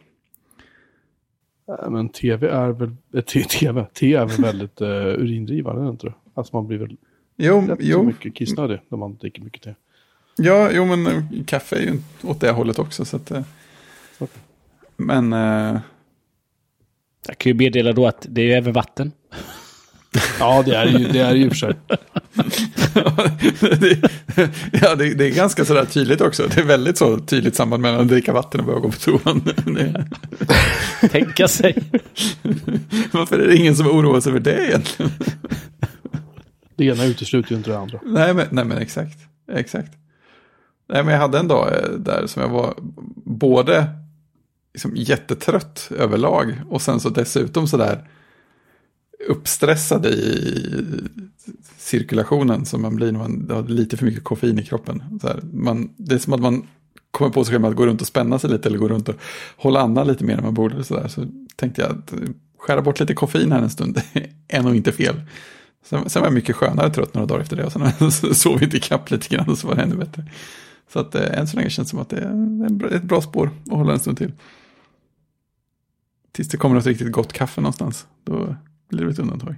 Men te är väl väldigt urindrivande, inte det? Alltså man blir väl så mycket kissnödig när man dricker mycket te. Ja, men kaffe är ju åt det hållet också. Så att, men... Jag kan ju meddela då att det är ju även vatten. Ja, det är ju för sig. Det är ganska sådär tydligt också. Det är väldigt så tydligt samband mellan att dricka vatten och börja gå på toan. Tänka sig. Varför är det ingen som oroar sig över det egentligen? Det ena utesluter ju inte det andra. Nej men exakt. Nej, men jag hade en dag där som jag var både liksom jättetrött överlag och sen så dessutom sådär uppstressad i cirkulationen som man blir när man har lite för mycket koffein i kroppen. Så här, det är som att man kommer på sig själv att gå runt och spänna sig lite eller gå runt och hålla andan lite mer när man borde. Så tänkte jag att skära bort lite koffein här en stund är nog inte fel. Sen var jag mycket skönare trött några dagar efter det och sen sov inte ikapp lite grann och så var det ännu bättre. Så att än så länge känns det som att det är ett bra spår att hålla en stund till. Tills det kommer något riktigt gott kaffe någonstans. Då blir det ett undantag.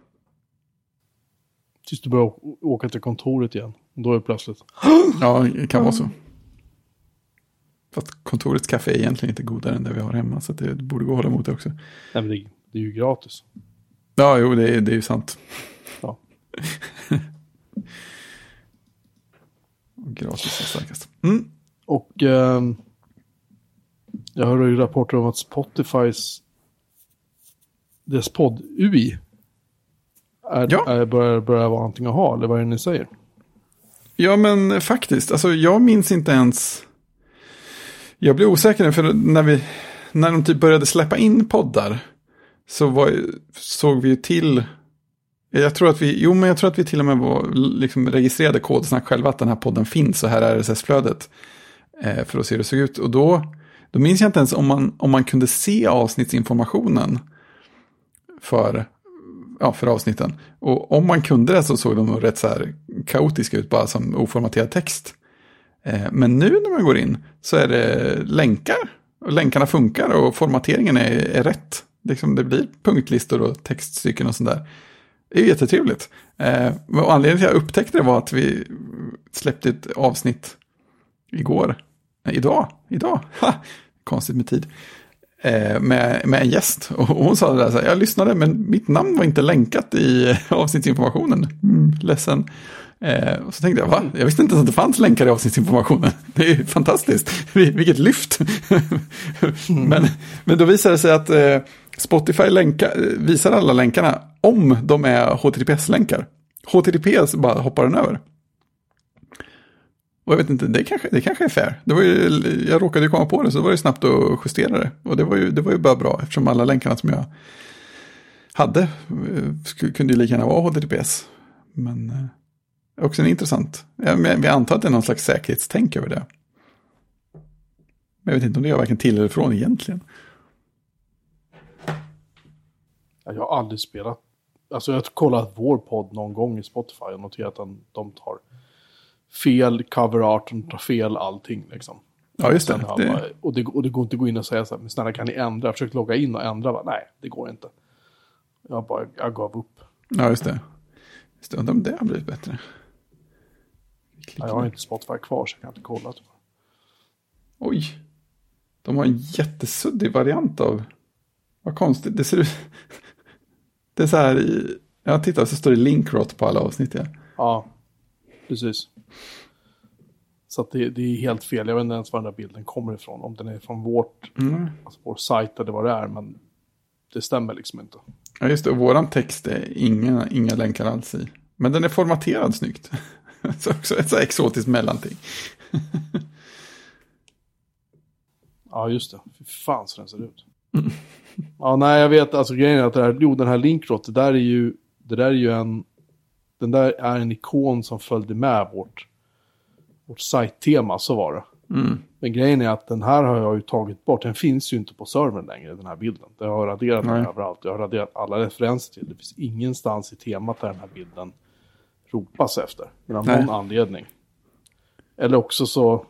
Tills du börjar åka till kontoret igen. Då är det plötsligt. Ja, det kan vara så. Fast kontorets kaffe är egentligen inte godare än det vi har hemma. Så det borde gå att hålla emot det också. Nej, men det är ju gratis. Ja, jo, det är ju sant. Ja. Gratis är starkast. Och jag hörde ju rapporter om att Spotifys dess podd-UI börjar vara någonting att ha, eller vad är det ni säger? Ja, men faktiskt. Alltså, jag minns inte ens... Jag blev osäker för när de typ började släppa in poddar så såg vi ju till... Jag tror att vi till och med liksom registrerade Kodsnack själva att den här podden finns och här är RSS-flödet för att se hur det såg ut. Och då minns jag inte ens om man kunde se avsnittsinformationen för avsnitten. Och om man kunde det så såg de nog rätt så här kaotiska ut, bara som oformaterad text. Men nu när man går in så är det länkar. Och länkarna funkar och formateringen är rätt. Liksom det blir punktlistor och textstycken och sånt där. Det är jättetrevligt. Och anledningen till att jag upptäckte det var att vi släppte ett avsnitt idag. Konstigt med tid. Med en gäst. Och hon sa det där så här, jag lyssnade men mitt namn var inte länkat i avsnittsinformationen. Ledsen. Och så tänkte jag, jag visste inte att det fanns länkar i avsnittsinformationen. Det är ju fantastiskt. Vilket lyft. Men då visade det sig att Spotify visar alla länkarna om de är HTTPS-länkar. HTTPS bara hoppar den över. Och jag vet inte, det kanske är fair. Jag råkade ju komma på det så det var ju snabbt att justera det. Och det var ju bara bra eftersom alla länkarna som jag hade kunde ju lika gärna vara HTTPS. Men också en intressant. Vi antar att det är någon slags säkerhetstänk över det. Men jag vet inte om det gör varken till eller från egentligen. Jag har aldrig spelat. Alltså jag har kollat vår podd någon gång i Spotify och noterat att de tar fel cover art, de tar fel allting liksom. Ja, just det. Bara, och det går inte att gå in och säga så här, men snälla kan ni ändra? Jag försöker logga in och ändra. Bara, nej, det går inte. Jag gav upp. Ja, just det. Undrar om det har blivit bättre. Ja, jag har inte Spotify kvar så jag kan inte kolla. Oj. De har en jättesuddig variant av... Vad konstigt. Det ser ut... Det är så här... Jag tittar så står det linkrot på alla avsnitt. Ja, precis. Så att det är helt fel. Jag vet inte ens var den där bilden kommer ifrån. Om den är från alltså vår sajt eller vad det är. Men det stämmer liksom inte. Ja, just det. Och våran text är inga länkar alls i. Men den är formaterad snyggt. Så också ett så här exotiskt mellanting. Ja, just det. Fy fan så den ser ut. Ja, nej, jag vet. Alltså grejen är att den här linkrot, det där är ju en ikon som följde med vårt sajttema, så var det. Men grejen är att den här har jag ju tagit bort. Den finns ju inte på servern längre, den här bilden. Jag har raderat den överallt. Jag har raderat alla referenser till. Det finns ingenstans i temat där den här bilden ropas efter. Men av någon anledning. Eller också så...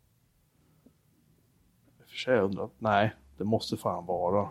För sig undrar att nej, det måste fan vara...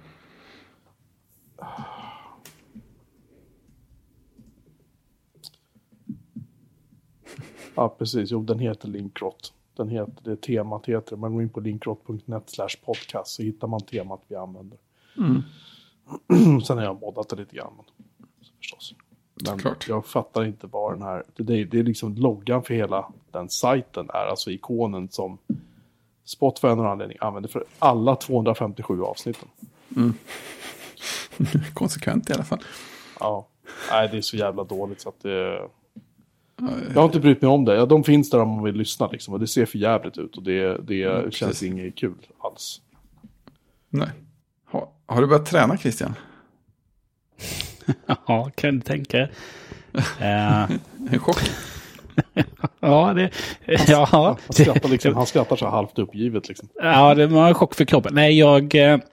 Ja, precis. Jo, den heter Linkrot. Temat heter det. Man går in på linkrot.net/podcast så hittar man temat vi använder. Sen har jag moddat det lite grann. Förstås. Men jag fattar inte vad den här... Det är liksom loggan för hela den sajten är alltså ikonen som Spotify av någon anledning använder för alla 257 avsnitten. Konsekvent i alla fall. Ja. Nej, det är så jävla dåligt så att det... Jag har inte brytt mig om det. Ja, de finns där om man vill lyssna liksom, och det ser för jävligt ut och det känns inget kul alls. Nej. Har du börjat träna, Christian? Ja, kan du tänka. En chock. Ja, han skrattar så halvt uppgivet liksom. Ja, det var en chock för kroppen. Nej, jag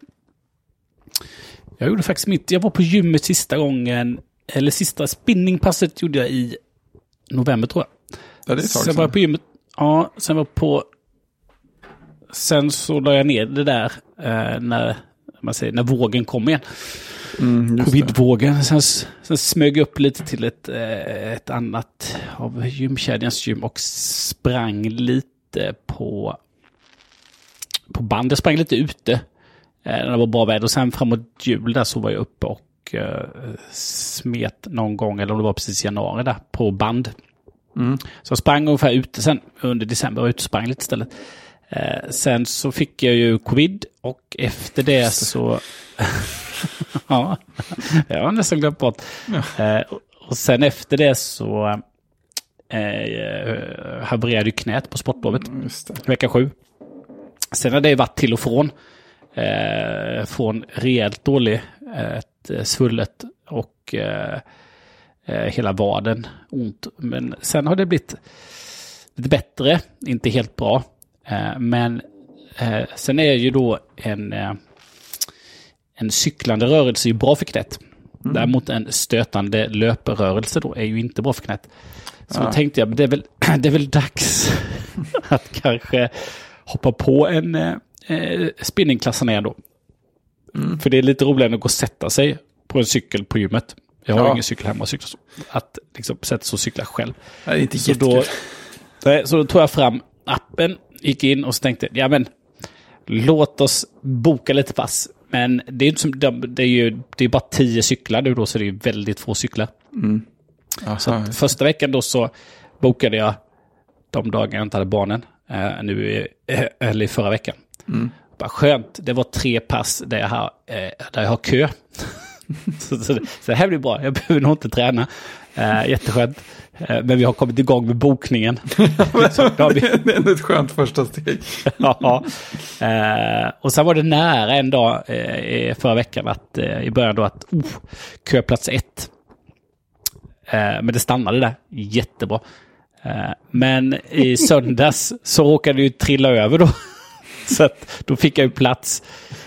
gjorde faktiskt jag var på gymmet sista gången, eller sista spinningpasset gjorde jag i november tror jag. Ja, det är sen var jag på gymmet. Ja, sen så la jag ner det där när vågen kom igen. Covid-vågen. Sen smög jag upp lite till ett annat av gymkedjans gym och sprang lite på band. Jag sprang lite ute när det var bra väder. Och sen framåt jul där så var jag uppe och smet någon gång, eller om det var precis januari där, på band. Så jag sprang ungefär ute sen under december och sprang lite istället. Sen så fick jag ju covid och efter det så... Ja, jag har nästan glömt bort. Och sen efter det så havererade ju knät på sportlovet. Vecka 7. Sen har det varit till och från rejält dålig, svullet och hela vaden ont. Men sen har det blivit lite bättre, inte helt bra. Men sen är ju då en cyklande rörelse är ju bra för knät. Däremot en stötande löprörelse då är ju inte bra för knät. Så då tänkte jag, det är väl dags att kanske hoppa på en spinningklassa ner då. För det är lite roligare att gå och sätta sig på en cykel på gymmet. Jag har ingen cykel hemma och cykla så. Att liksom sätta sig och cykla själv. Det är inte så då tog jag fram appen, gick in och så tänkte ja men låt oss boka lite pass. Men det är inte som det är bara 10 cyklar nu då, så det är väldigt få cyklar. Så första veckan då så bokade jag de dagar jag inte hade barnen eller i förra veckan. Bara skönt, det var 3 pass där jag har kö. så det här blir bra, jag behöver nog inte träna. Jätteskönt. Men vi har kommit igång med bokningen. Det är ett skönt första steg. Ja. Och sen var det nära en dag förra veckan att i början då att köplats 1. Men det stannade där. Jättebra. Men i söndags så råkade det ju trilla över då. Så att då fick jag ju plats.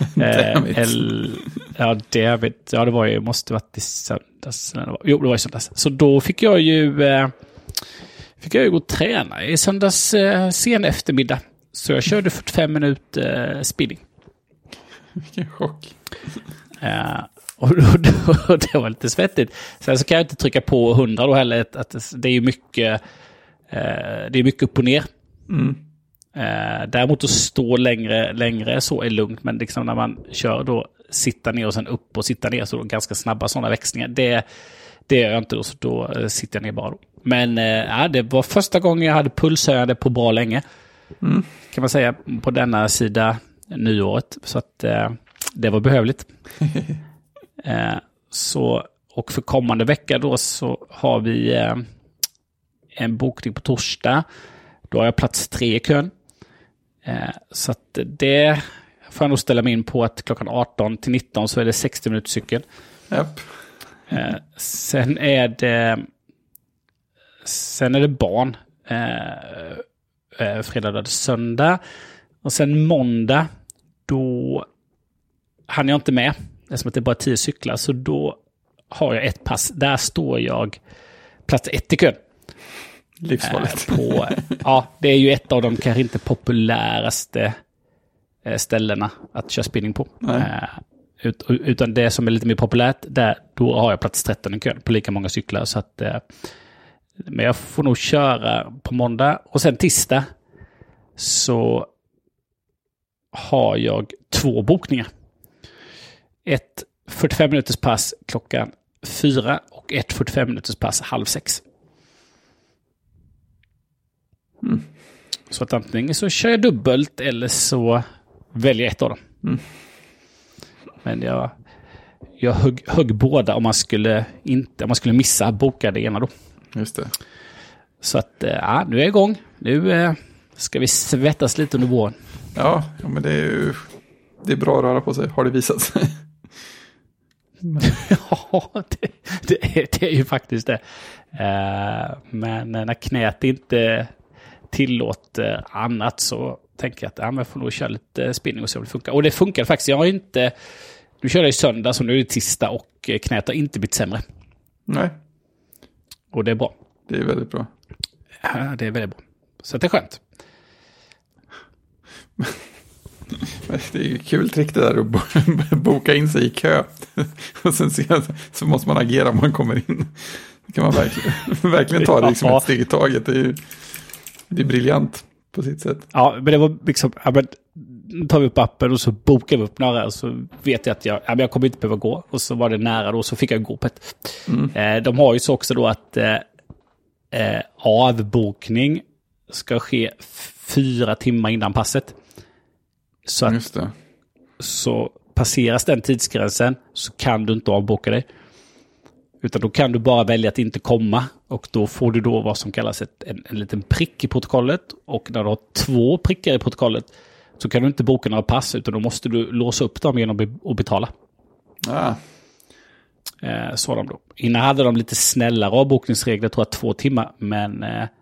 Det var ju, måste varit i söndags. Jo, det var i söndags. Så då fick jag ju gå och träna i söndags sen eftermiddag. Så jag körde 45 minuter spinning. Vilken chock. Och det var lite svettigt. Sen så kan jag inte trycka på 100 då heller. Att det är ju mycket, det är mycket upp och ner. Däremot att stå längre så är lugnt. Men liksom när man kör då sitta ner och sen upp och sitta ner så då ganska snabba sådana växlingar. Det gör jag inte då, så då sitter jag ner bara då. Men det var första gången jag hade pulshöjande på bra länge. Kan man säga på denna sida nyåret. Så att det var behövligt. Och för kommande vecka då så har vi en bokning på torsdag. Då har jag plats 3 i kön. Så att det får jag nog ställa mig in på att klockan 18 till 19 så är det 60 minuters cykel. Japp. Sen är det barn. Fredag, lördag, söndag. Och sen måndag då hann jag inte med. Eftersom att det är bara 10 cyklar. Så då har jag ett pass. Där står jag plats 1 i kön. Livsfarligt. Det är ju ett av de kanske inte populäraste ställena att köra spinning på. Utan det som är lite mer populärt, då har jag plats 13 i kön på lika många cyklar. Så att, men jag får nog köra på måndag. Och sen tisdag så har jag 2 bokningar. Ett 45 minuters pass klockan 4 och ett 45 minuters pass 5:30. Så att antingen så kör jag dubbelt eller så väljer jag ett av dem. Men jag högg båda om man skulle missa boka det ena då. Just det. Så att nu är jag igång. Nu ska vi svettas lite under våren. Ja, men det är bra att röra på sig. Har det visat sig? Ja, det är ju faktiskt det. Men när knät inte tillåter annat så tänker jag att jag får nog köra lite spinning och se om det funkar. Och det funkar faktiskt. Jag har inte... Nu kör jag i söndag så nu är det tisdag och knät har inte blivit sämre. Nej. Och det är bra. Det är väldigt bra. Ja, det är väldigt bra. Så det är skönt. Det är ju kul trick det där att boka in sig i kö. Och sen så måste man agera om man kommer in. Det kan man verkligen ta det liksom ett steg i taget. Det är briljant på sitt sätt. Ja, men det var liksom... tar vi upp appen och så bokar vi upp några och så vet jag att jag kommer inte behöva gå. Och så var det nära då så fick jag gå på ett. De har ju så också då att avbokning ska ske 4 timmar innan passet. Så att, just det. Så passeras den tidsgränsen så kan du inte avboka dig. Utan då kan du bara välja att inte komma. Och då får du då vad som kallas en liten prick i protokollet. Och när du har 2 prickar i protokollet så kan du inte boka några pass utan då måste du låsa upp dem genom att betala. Så de då. Innan hade de lite snällare avbokningsregler, tror jag 2 timmar. Men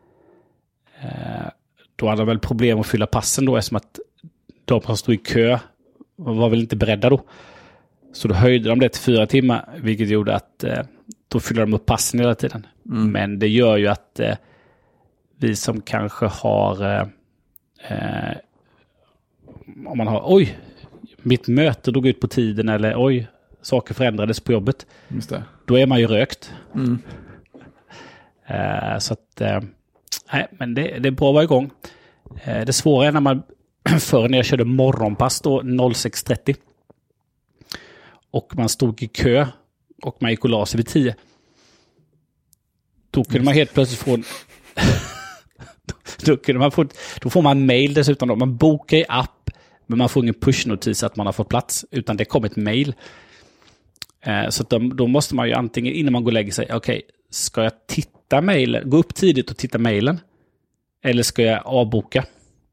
då hade de väl problem att fylla passen då eftersom att de som stod i kö var väl inte beredda då. Så då höjde de det till 4 timmar vilket gjorde att då fyllde de upp passen hela tiden. Men det gör ju att vi som kanske har om man har mitt möte drog ut på tiden eller saker förändrades på jobbet. Just det. Då är man ju rökt. Så att nej, men det är bra att vara igång. Det svåra är när man förr när jag körde morgonpass då 06:30 och man stod i kö och man gick och la sig vid 10. Då kunde man helt plötsligt få då får man mail dessutom då. Man bokar i app men man får ingen pushnotis att man har fått plats utan det kommer ett mail. Så att då måste man ju antingen innan man går och lägger sig ska jag titta mailen, gå upp tidigt och titta mailen eller ska jag avboka?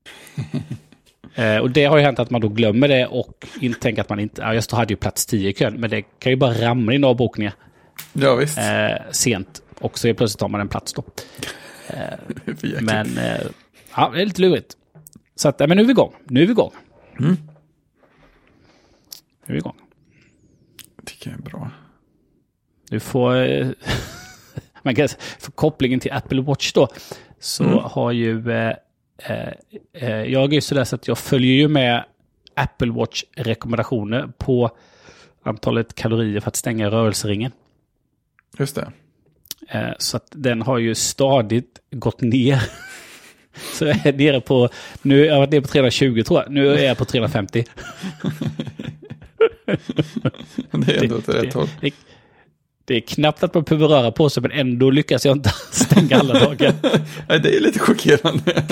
Och det har ju hänt att man då glömmer det och inte tänker att man inte... jag hade ju plats 10 i kön, men det kan ju bara ramla in avbokningar. Ja, visst. Sent. Och så plötsligt tar man en plats då. Men det är lite lurigt. Så att, men nu är vi igång. Nu är vi igång. Det tycker jag är bra. Du får... man kan för kopplingen till Apple Watch då så har ju jag är ju sådär så att jag följer ju med Apple Watch-rekommendationer på antalet kalorier för att stänga rörelseringen. Just det. Så att den har ju stadigt gått ner. Så jag är nere på, nu har jag varit nere på 320 tror jag. Nu är jag på 350. Det är ändå ett rätt håll. Det är knappt att man behöver röra på sig, men ändå lyckas jag inte stänga alla dagar. Nej, det är lite chockerande.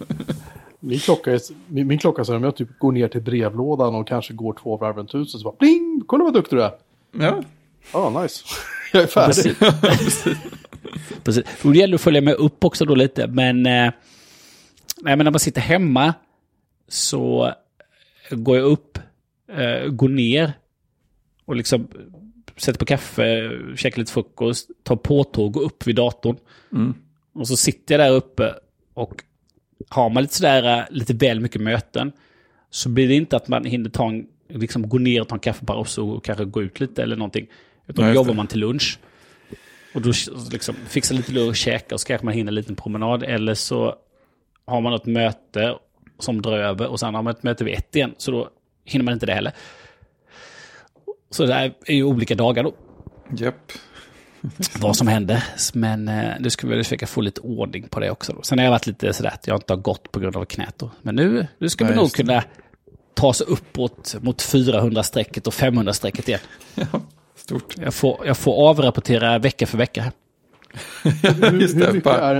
Min klocka så om jag typ går ner till brevlådan och kanske går 2 varv runt huset så bara bling, kolla vad duktig du är. Ja. Ja, nice. Jag är färdig. Precis. Och det gäller att följa med upp också då lite, men när man sitter hemma så går jag upp, går ner och liksom sätter på kaffe, käkar lite frukost, tar påtåg, går upp vid datorn. Och så sitter jag där uppe och har man lite väl mycket möten så blir det inte att man hinner liksom gå ner och ta en kaffepaus och kanske gå ut lite eller någonting. Utan då jobbar man till lunch. Och då liksom fixar lite lunch och käka och så kanske man hinner en liten promenad. Eller så har man något möte som drar över och sen har man ett möte vid 1 igen. Så då hinner man inte det heller. Så det är ju olika dagar då. Japp. Vad som händer. Men nu ska vi försöka få lite ordning på det också. Då. Sen har jag varit lite sådär att jag inte har gått på grund av knät då. Men nu ska vi nog kunna ta sig uppåt mot 400-strecket och 500-strecket igen. Ja, stort. Jag får avrapportera vecka för vecka här. Just det,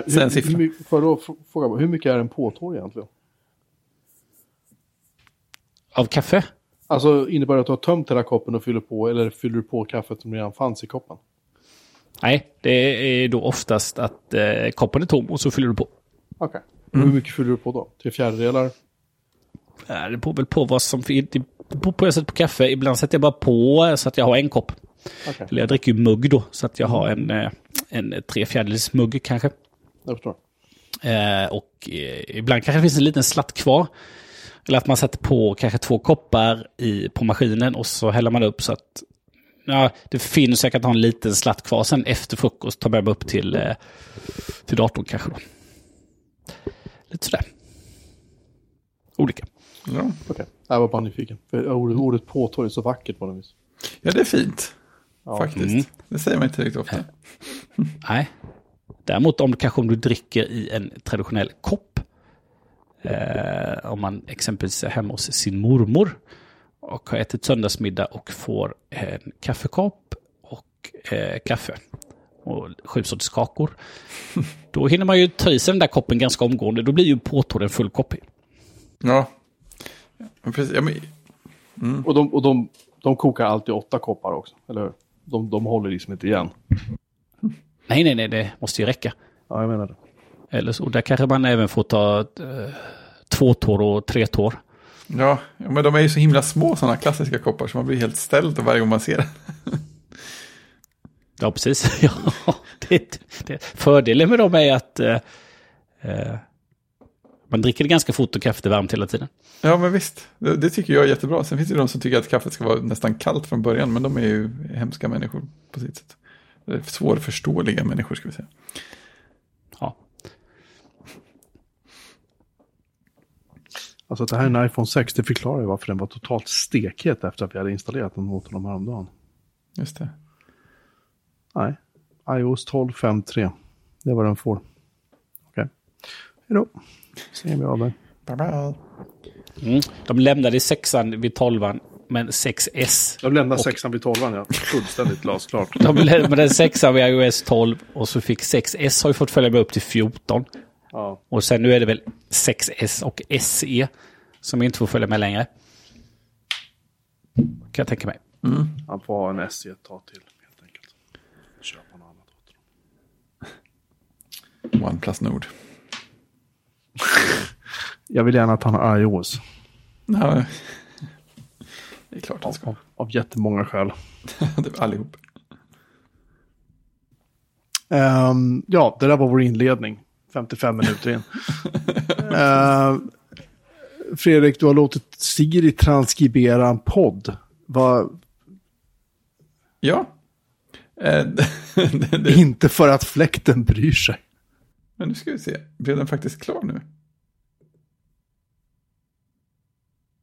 hur mycket är en påtår egentligen? Av kaffe? Alltså innebär det att du har tömt hela koppen och fyller på, eller fyller du på kaffet som redan fanns i koppen? Nej, det är då oftast att koppen är tom och så fyller du på. Okej. Hur mycket fyller du på då? 3/4? Det beror väl på vad som finns. Det beror på jag sätter på kaffe. Ibland sätter jag bara på så att jag har en kopp. Okay. Eller jag dricker ju mugg då så att jag har en 3/4 mugg kanske. Jag förstår. Och ibland kanske det finns en liten slatt kvar. Eller att man sätter på kanske 2 koppar på maskinen och så häller man upp så att det finns säkert ha en liten slatt kvar. Sen efter frukost tar jag upp till datorn kanske då. Lite sådär. Olika. Ja. Okej. Jag var bara nyfiken. För ordet påtår är så vackert på något vis. Ja, det är fint. Ja. Faktiskt. Det säger man inte riktigt ofta. Nej. Däremot om du dricker i en traditionell kopp. Om man exempelvis är hemma hos sin mormor och har ätit söndagsmiddag och får en kaffekopp och kaffe och 7 sorters kakor. Då hinner man ju ta i sig den där koppen ganska omgående. Då blir ju påtår en full kopp. Ja. Precis. Och de kokar alltid 8 koppar också, eller hur? De håller liksom inte igen. Nej, det måste ju räcka. Ja, jag menar det. Eller så, där kanske man även får ta 2 tår och 3 tår. Ja, men de är ju så himla små sådana klassiska koppar så man blir helt ställd varje gång man ser det. Ja, precis. Ja, fördelen med dem är att man dricker det ganska fort och kaffet är varmt hela tiden. Ja, men visst. Det tycker jag är jättebra. Sen finns det de som tycker att kaffet ska vara nästan kallt från början, men de är ju hemska människor på sitt sätt. Det är svårförståeliga människor ska vi säga. Ja. Alltså det här är en iPhone 6, det förklarar ju varför den var totalt stekhet efter att vi hade installerat den mot dem häromdagen. Just det. Nej, iOS 12.5.3. Det är vad den får. Okej. Hejdå. Ser vi av den. De lämnade 6an vid 12an, men 6S. De lämnade 6an vid 12an, ja. Fullständigt glasklart. De lämnade 6an vid iOS 12 och så fick 6S har ju fått följa med upp till 14. Ja. Och sen nu är det väl 6S och SE som inte får följa med längre. Kan jag tänka mig. Han får ha en SE ett tag till, helt enkelt. Köpa något annat åt dem. OnePlus Nord. Jag vill gärna att han har iOS. Ja, det är klart han ska. Av jättemånga skäl. Det är allihop. Ja, det där var vår inledning. 55 minuter in. Fredrik, du har låtit Siri transkribera en podd. Ja. Inte för att fläkten bryr sig. Men nu ska vi se. Blev den faktiskt klar nu?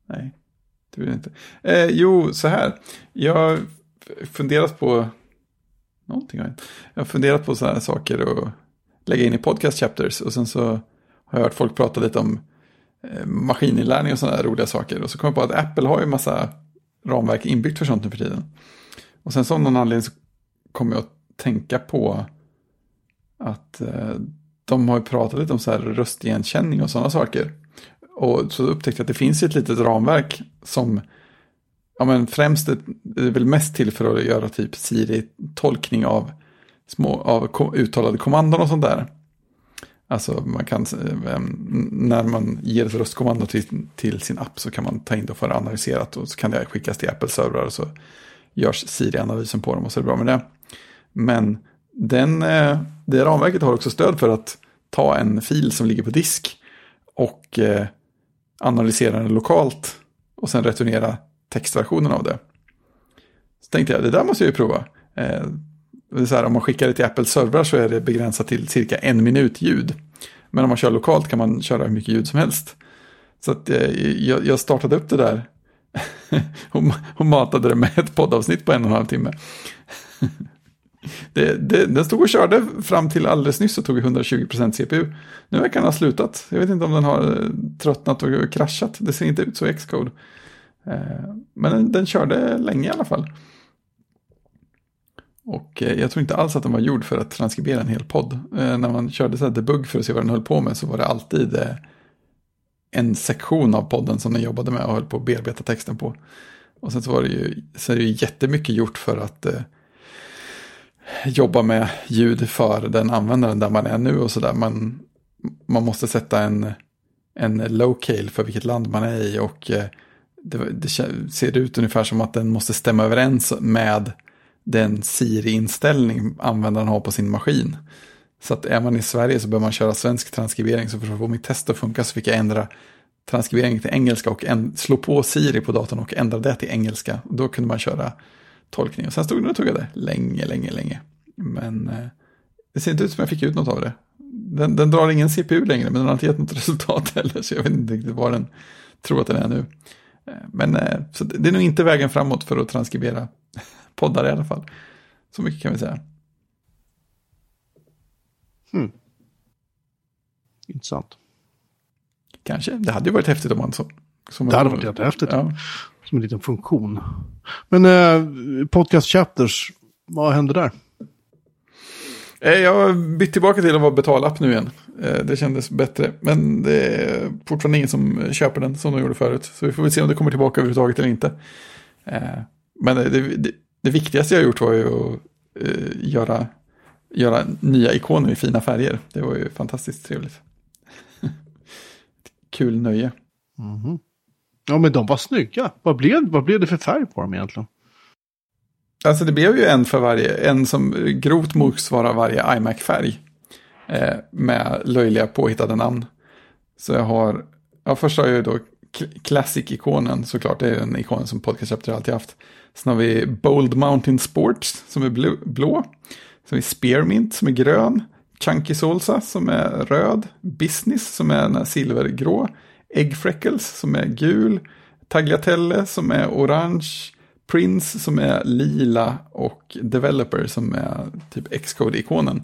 Nej, det vill jag inte. Jo, så här. Jag har funderat på någonting. Jag har funderat på sådana här saker och lägga in i podcast chapters. Och sen så har jag hört folk prata lite om maskininlärning och sådana här roliga saker. Och så kom jag på att Apple har ju en massa ramverk inbyggt för sånt nu för tiden. Och sen så av någon anledning så kommer jag att tänka på att de har ju pratat lite om så här röstigenkänning och sådana saker. Och så upptäckte jag att det finns ett litet ramverk som men främst är väl mest till för att göra typ Siri-tolkning av uttalade kommandon och sånt där. Alltså man kan, när man ger ett röstkommando till sin app så kan man ta in det för analyserat och så kan det skickas till Apple-servrar och så görs Siri-analysen på dem och så är det bra med det. Men det ramverket har också stöd för att ta en fil som ligger på disk och analysera den lokalt och sen returnera textversionen av det. Så tänkte jag, det där måste jag ju prova. Det är så här, om man skickar det till Apple-servrar så är det begränsat till cirka 1 minut ljud. Men om man kör lokalt kan man köra hur mycket ljud som helst. Så att jag startade upp det där och matade det med ett poddavsnitt på 1,5 timme. Den stod och körde fram till alldeles nyss och tog 120% CPU. Nu verkar den ha slutat. Jag vet inte om den har tröttnat och kraschat. Det ser inte ut så i Xcode. Men den körde länge i alla fall. Och jag tror inte alls att den var gjord för att transkribera en hel podd. När man körde så här debug för att se vad den höll på med så var det alltid en sektion av podden som den jobbade med och höll på att bearbeta texten på. Och sen så är det ju jättemycket gjort för att jobba med ljud för den användaren där man är nu och sådär. Man måste sätta en locale för vilket land man är i och det ser ut ungefär som att den måste stämma överens med den Siri-inställning användaren har på sin maskin. Så att är man i Sverige så bör man köra svensk transkribering. Så för att få mitt test att funka så fick jag ändra transkribering till engelska och slå på Siri på datorn och ändra det till engelska. Då kunde man köra tolkning. Och sen stod den och tuggade länge. Men det ser inte ut som jag fick ut något av det. Den drar ingen CPU längre, men den har inte gett något resultat heller. Så jag vet inte riktigt vad den tror att den är nu. Men så det är nog inte vägen framåt för att transkribera poddar i alla fall. Så mycket kan vi säga. Intressant. Kanske. Det hade ju varit häftigt om man så. Det hade varit jättehäftigt. Ja. Som en liten funktion. Men podcast chapters, vad händer där? Jag har bytt tillbaka till att vara betalapp nu igen. Det kändes bättre. Men det är fortfarande ingen som köper den som de gjorde förut. Så vi får väl se om det kommer tillbaka överhuvudtaget eller inte. Men det viktigaste jag har gjort var ju att göra nya ikoner i fina färger. Det var ju fantastiskt trevligt. Kul nöje. Mm-hmm. Ja, men de var snygga. Vad blev det för färg på dem egentligen? Alltså det blev ju en för varje. En som grovt motsvarar varje iMac-färg. Med löjliga påhittade namn. Så jag har... Ja, först har jag ju då Classic-ikonen såklart. Det är den ikonen som Podcast Chapter alltid haft. Sen har vi Bold Mountain Sports som är blå. Sen har vi Spearmint som är grön. Chunky Salsa som är röd. Business som är den silvergrå. Egg Freckles som är gul. Tagliatelle som är orange. Prince som är lila. Och Developer som är typ Xcode-ikonen.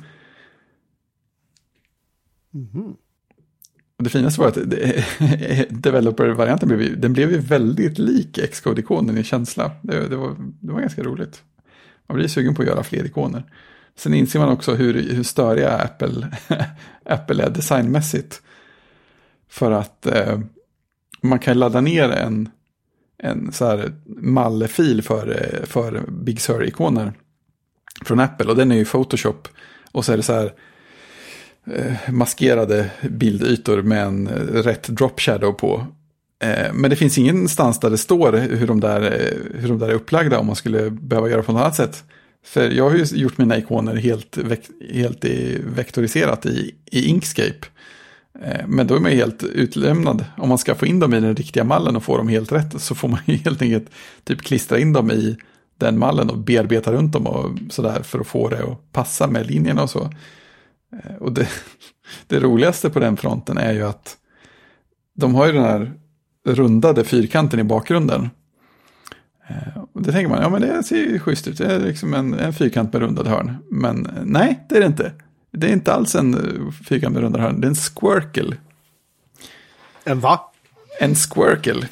Mm-hmm. Och det finaste var att Developer-varianten blev ju väldigt lik Xcode-ikonen i känsla. Det var ganska roligt. Man blir sugen på att göra fler ikoner. Sen inser man också hur störiga Apple är designmässigt. För att man kan ladda ner en så här mallfil för Big Sur-ikoner från Apple. Och den är ju Photoshop. Och så är det så här maskerade bildytor med en rätt drop shadow på. Men det finns ingenstans där det står hur de där är upplagda om man skulle behöva göra på något annat sätt. För jag har ju gjort mina ikoner helt vektoriserat i Inkscape. Men då är man ju helt utlämnad. Om man ska få in dem i den riktiga mallen och få dem helt rätt så får man ju helt enkelt typ klistra in dem i den mallen och bearbeta runt dem och sådär för att få det att passa med linjerna och så. Och det roligaste på den fronten är ju att de har ju den här rundade fyrkanten i bakgrunden. Och det tänker man, ja men det ser ju schysst ut. Det är liksom en fyrkant med rundade hörn. Men nej, det är det inte. Det är inte alls en fyrkant med rundade hörn. Det är en squircle. En va? En squircle.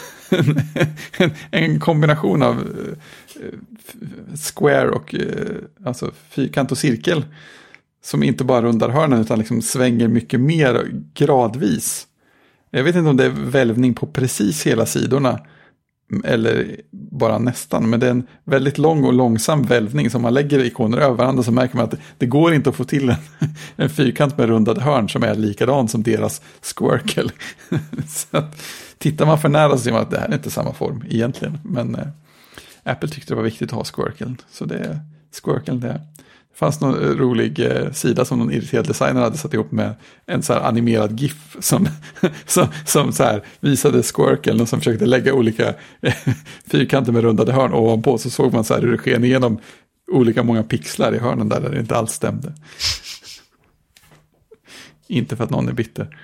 En kombination av square och alltså fyrkant och cirkel. Som inte bara rundar hörnen utan liksom svänger mycket mer gradvis. Jag vet inte om det är välvning på precis hela sidorna. Eller bara nästan. Men det är en väldigt lång och långsam välvning. Som man lägger ikoner över varandra så märker man att det går inte att få till en fyrkant med rundade hörn som är likadan som deras squircle. Så att, tittar man för nära så ser man att det här är inte samma form egentligen. Men Apple tyckte det var viktigt att ha squircle. Så det är squircle det. Det fanns någon rolig sida som någon irriterad designer hade satt ihop med en så här animerad GIF som så här visade squirkeln och som försökte lägga olika fyrkanter med rundade hörn ovanpå, så såg man så här hur det sken igenom olika många pixlar i hörnen där det inte alls stämde. Inte för att någon är bitter.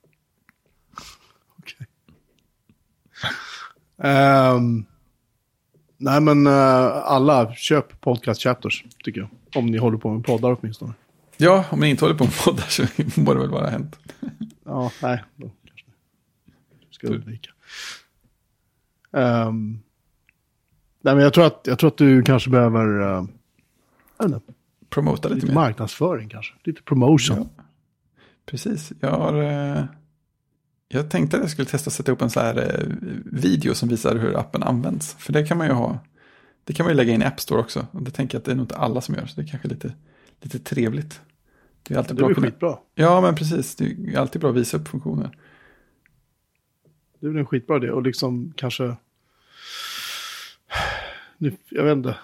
Okej. Nej men alla köp podcast chapters tycker jag. Om ni håller på med poddar åtminstone. Ja, om ni inte håller på med poddar så må det väl vara hänt. Ja, nej. Då kanske ska undvika. Nej men jag tror att du kanske behöver promota lite mer. Marknadsföring kanske. Lite promotion. Ja. Precis. Jag tänkte att jag skulle testa att sätta upp en så här video som visar hur appen används. För det kan man ju ha. Det kan man ju lägga in i App Store också. Och det tänker jag att det är nog inte alla som gör. Så det är kanske lite trevligt. Det är alltid bra. Det är skitbra. Ja, men precis. Det är alltid bra att visa upp funktioner. Det är väl en skitbra idé. Och liksom kanske... Jag vet inte.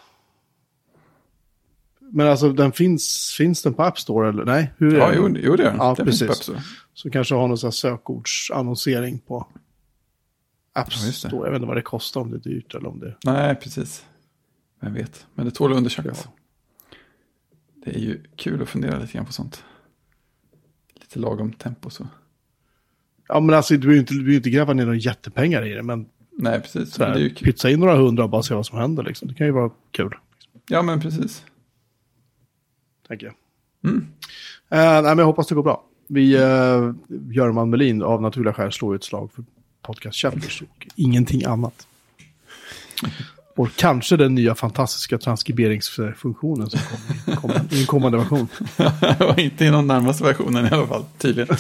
Men alltså finns den på App Store eller? Nej, hur är det? Jo, det är den. Ja, det precis. Finns på App Store. Så kanske ha någon sån här sökordsannonsering på App Store. Jag vet inte vad det kostar, om det är dyrt eller om det... Nej, precis. Vem vet. Men det tål att undersökas. Ja. Det är ju kul att fundera lite grann på sånt. Lite lagom tempo så. Ja, men alltså du vill inte gräva ner några jättepengar i det, men... Nej, precis. Sådär, men det är ju kul. Pytsa in några 100 och bara se vad som händer liksom. Det kan ju vara kul. Ja, men precis. Tänker jag. Nej, men jag hoppas det går bra. Görman Melin av naturliga skäl slår ett slag för podcast chapters och ingenting annat. Och kanske den nya fantastiska transkriberingsfunktionen som kommer i en kommande version. Och inte i någon närmaste versionen i alla fall, tydligen.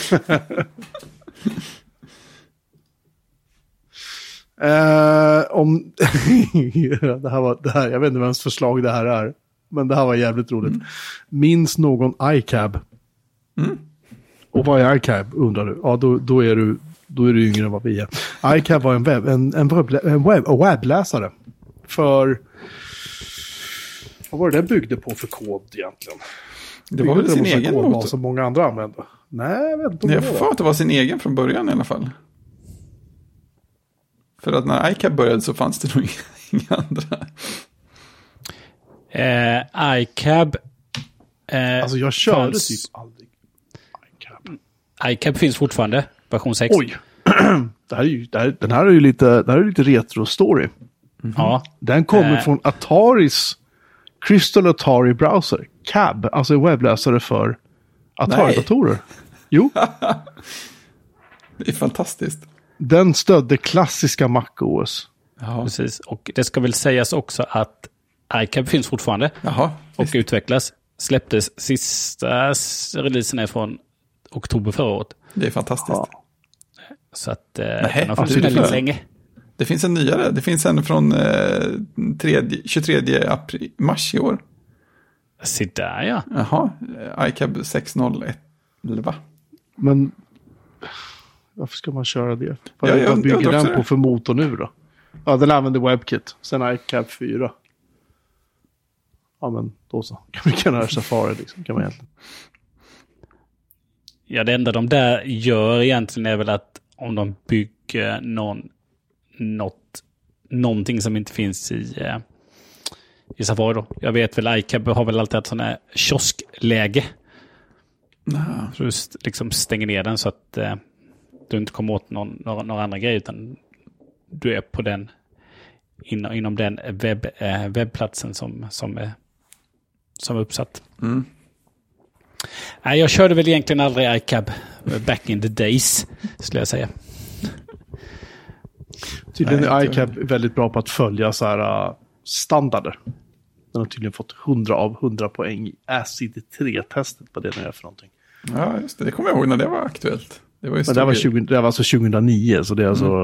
Om det här, jag vet inte vems förslag det här är, men det här var jävligt roligt. Minns någon iCab? Och vad är iCab, undrar du? Ja, då är du yngre än vad vi är. iCab var en webbläsare för... Vad var det den byggde på för kod egentligen? Det var väl sin egen motor som många andra använde. Nej, jag vet inte. Jag får att det var sin egen från början i alla fall. För att när iCab började så fanns det nog inga andra. iCab... alltså jag körde typ aldrig iCab. iCab finns fortfarande, version 6. Oj! Den här är ju lite retro-story. Ja. Den kommer från Ataris Crystal Atari Browser. Cab, alltså en webbläsare för Atari-datorer. Jo. Det är fantastiskt. Den stödde klassiska Mac OS. Ja, precis. Och det ska väl sägas också att iCab finns fortfarande. Jaha, och utvecklas. Släpptes sista releasen är från oktober förra året. Det är fantastiskt. Ja. Så att den har funnits väldigt länge. Det finns en nyare. Det finns en från 23 mars i år. Så där, ja. Jaha, iCab 60111. Men varför ska man köra det? Vad bygger den på för motor nu då? Ja, den använder WebKit. Sen iCab 4. Ja, men då så. Kan vi köra Safari liksom, kan man egentligen. Ja, det enda de där gör egentligen är väl att om de bygger någonting som inte finns i Safari då. Jag vet väl, iCab har väl alltid ett sån här kioskläge. Så just liksom stänger ner den så att du inte kommer åt några andra grejer, utan du är på den inom den webbplatsen som är uppsatt. Nej, jag körde väl egentligen aldrig iCab back in the days, skulle jag säga. Tydligen är iCab väldigt bra på att följa så här standarder. Den har tydligen fått 100 av 100 poäng i ACID3-testet på det nu är för någonting. Ja, just det. Det kommer jag ihåg när det var aktuellt. Det var, det var alltså 2009, så det är alltså...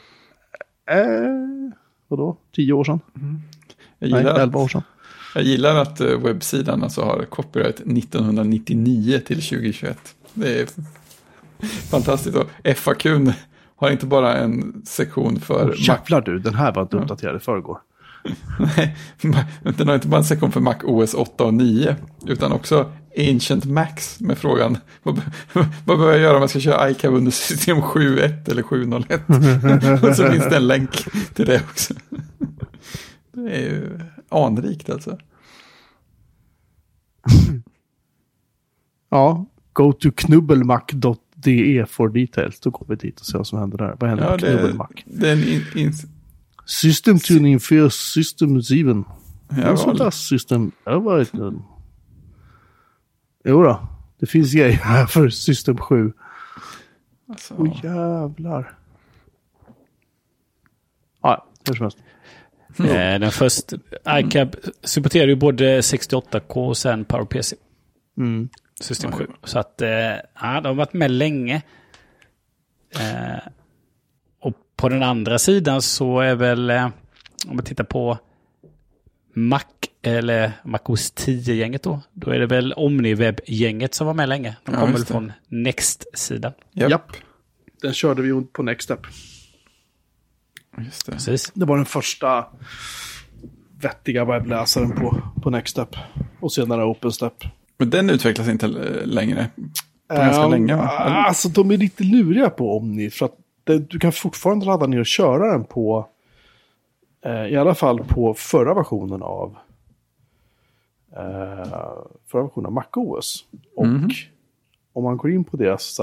vadå? 10 år sedan? Nej, 11 år sedan. Jag gillar att webbsidan alltså har copyright 1999 till 2021. Det är fantastiskt. Och FAQ:n har inte bara en sektion för... Jävlar du, den här var inte uppdaterad i förrgår. Nej, den har inte bara en sektion för Mac OS 8 och 9, utan också Ancient Macs med frågan vad behöver jag göra om jag ska köra iCab under system 7.1 eller 7.01? Och så finns det en länk till det också. Det är ju anrikt alltså. Ja, go to knubbelmac.de for details. Då går vi dit och ser vad som händer där. Vad händer med Knubbelmac? Det är en System tuning för System 7. Ja, sånt där system. Jo då, det finns grejer här för System 7. Alltså. Jävlar. Ja, hur som helst. Den första iCab supporterar ju både 68K och sen PowerPC. System 7. Så att de har varit med länge. Och på den andra sidan så är väl, om man tittar på Mac eller Mac OS 10-gänget då är det väl OmniWeb-gänget som var med länge. De kommer väl från Next-sidan. Japp. Den körde vi på Nextstep. Just det. Precis. Det var den första vettiga webbläsaren på Nextstep. Och senare OpenStep. Men den utvecklas inte längre. Ganska länge, va? Alltså de är lite luriga på Omni. För att du kan fortfarande ladda ner och köra den på i alla fall på förra versionen av MacOS. Och om man går in på deras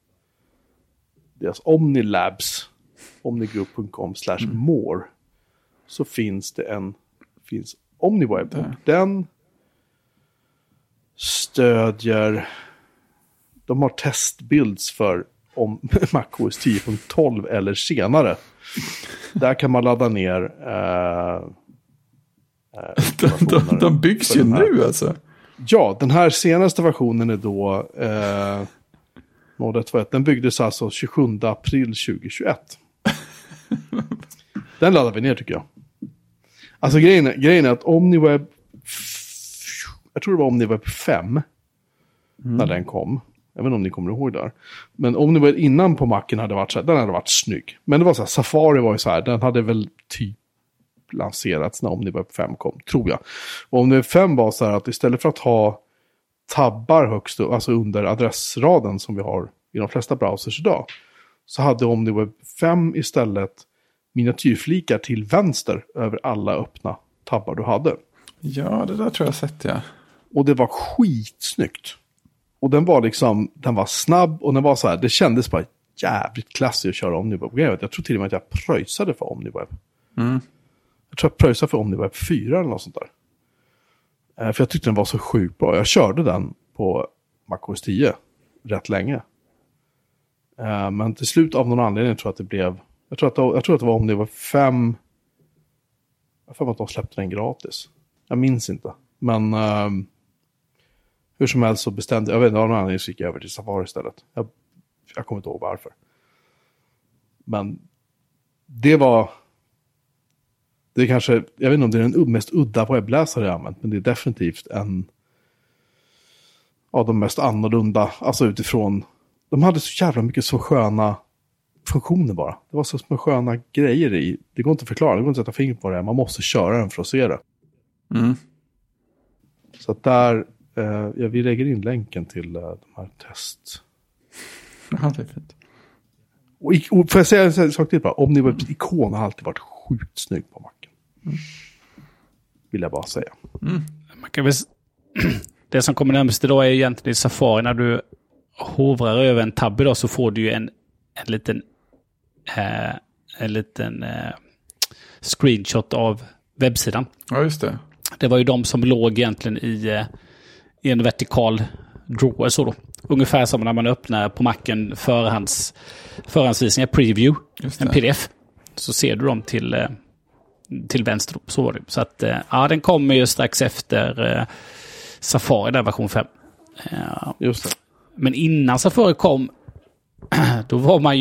Omnilabs, omnigroup.com/more, så finns det finns OmniWeb. Och den stödjer, de har testbilds för om MacOS 10.12 eller senare. Där kan man ladda ner de byggs ju nu alltså. Ja, den här senaste versionen är då den byggdes alltså 27 april 2021. Den laddar vi ner tycker jag. Alltså grejen är att OmniWeb, jag tror det var OmniWeb 5 när den kom. Jag vet inte om ni kommer ihåg där. Men OmniWeb innan på Macen hade varit så här, den hade varit snygg. Men det var så här, Safari var ju så här, den hade väl typ lanserats när OmniWeb 5 kom, tror jag. Och OmniWeb 5 var så här att istället för att ha tabbar högst upp, alltså under adressraden som vi har i de flesta browsers idag, så hade OmniWeb 5 istället miniatyrflikar till vänster över alla öppna tabbar du hade. Ja, det där tror jag sett, ja. Och det var skitsnyggt. Och den var snabb och den var så här, det kändes bara jävligt klassiskt att köra OmniWeb. Jag tror till och med att jag pröjsade för OmniWeb. Jag tror jag pröjsade för OmniWeb 4 eller något sånt där. För jag tyckte den var så sjukt bra. Jag körde den på MacOS 10 rätt länge. Men till slut av någon anledning tror jag att det blev, jag tror att det var OmniWeb 5. Jag tror att de släppte den gratis. Jag minns inte. Men hur som helst så bestämde jag vet inte, av någon anledning så gick jag över till Safari istället. Jag kommer inte ihåg varför. Men det är kanske, jag vet inte om det är den mest udda webbläsare jag använt, men det är definitivt en av de mest annorlunda, alltså utifrån, de hade så jävla mycket så sköna funktioner bara. Det var så små sköna grejer i, det går inte att förklara, det går inte att sätta fingret på det, man måste köra den för att se det. Så att där, vi lägger in länken till de här test. Ja, det är fint. Och får jag säga en sak till bara, OmniWebs ikon har alltid varit sjukt snygg på Macen. Vill jag bara säga. Man kan väl det som kommer närmast idag är egentligen i Safari. När du hovrar över en tab idag så får du ju en liten screenshot av webbsidan. Ja, just det. Det var ju de som låg egentligen i en vertikal drawer så då. Ungefär som när man öppnar på Macen förhandsvisningar, preview, en pdf. Så ser du dem till vänster. Så var det. Så att den kommer ju strax efter Safari där, version 5. Just det. Men innan Safari kom då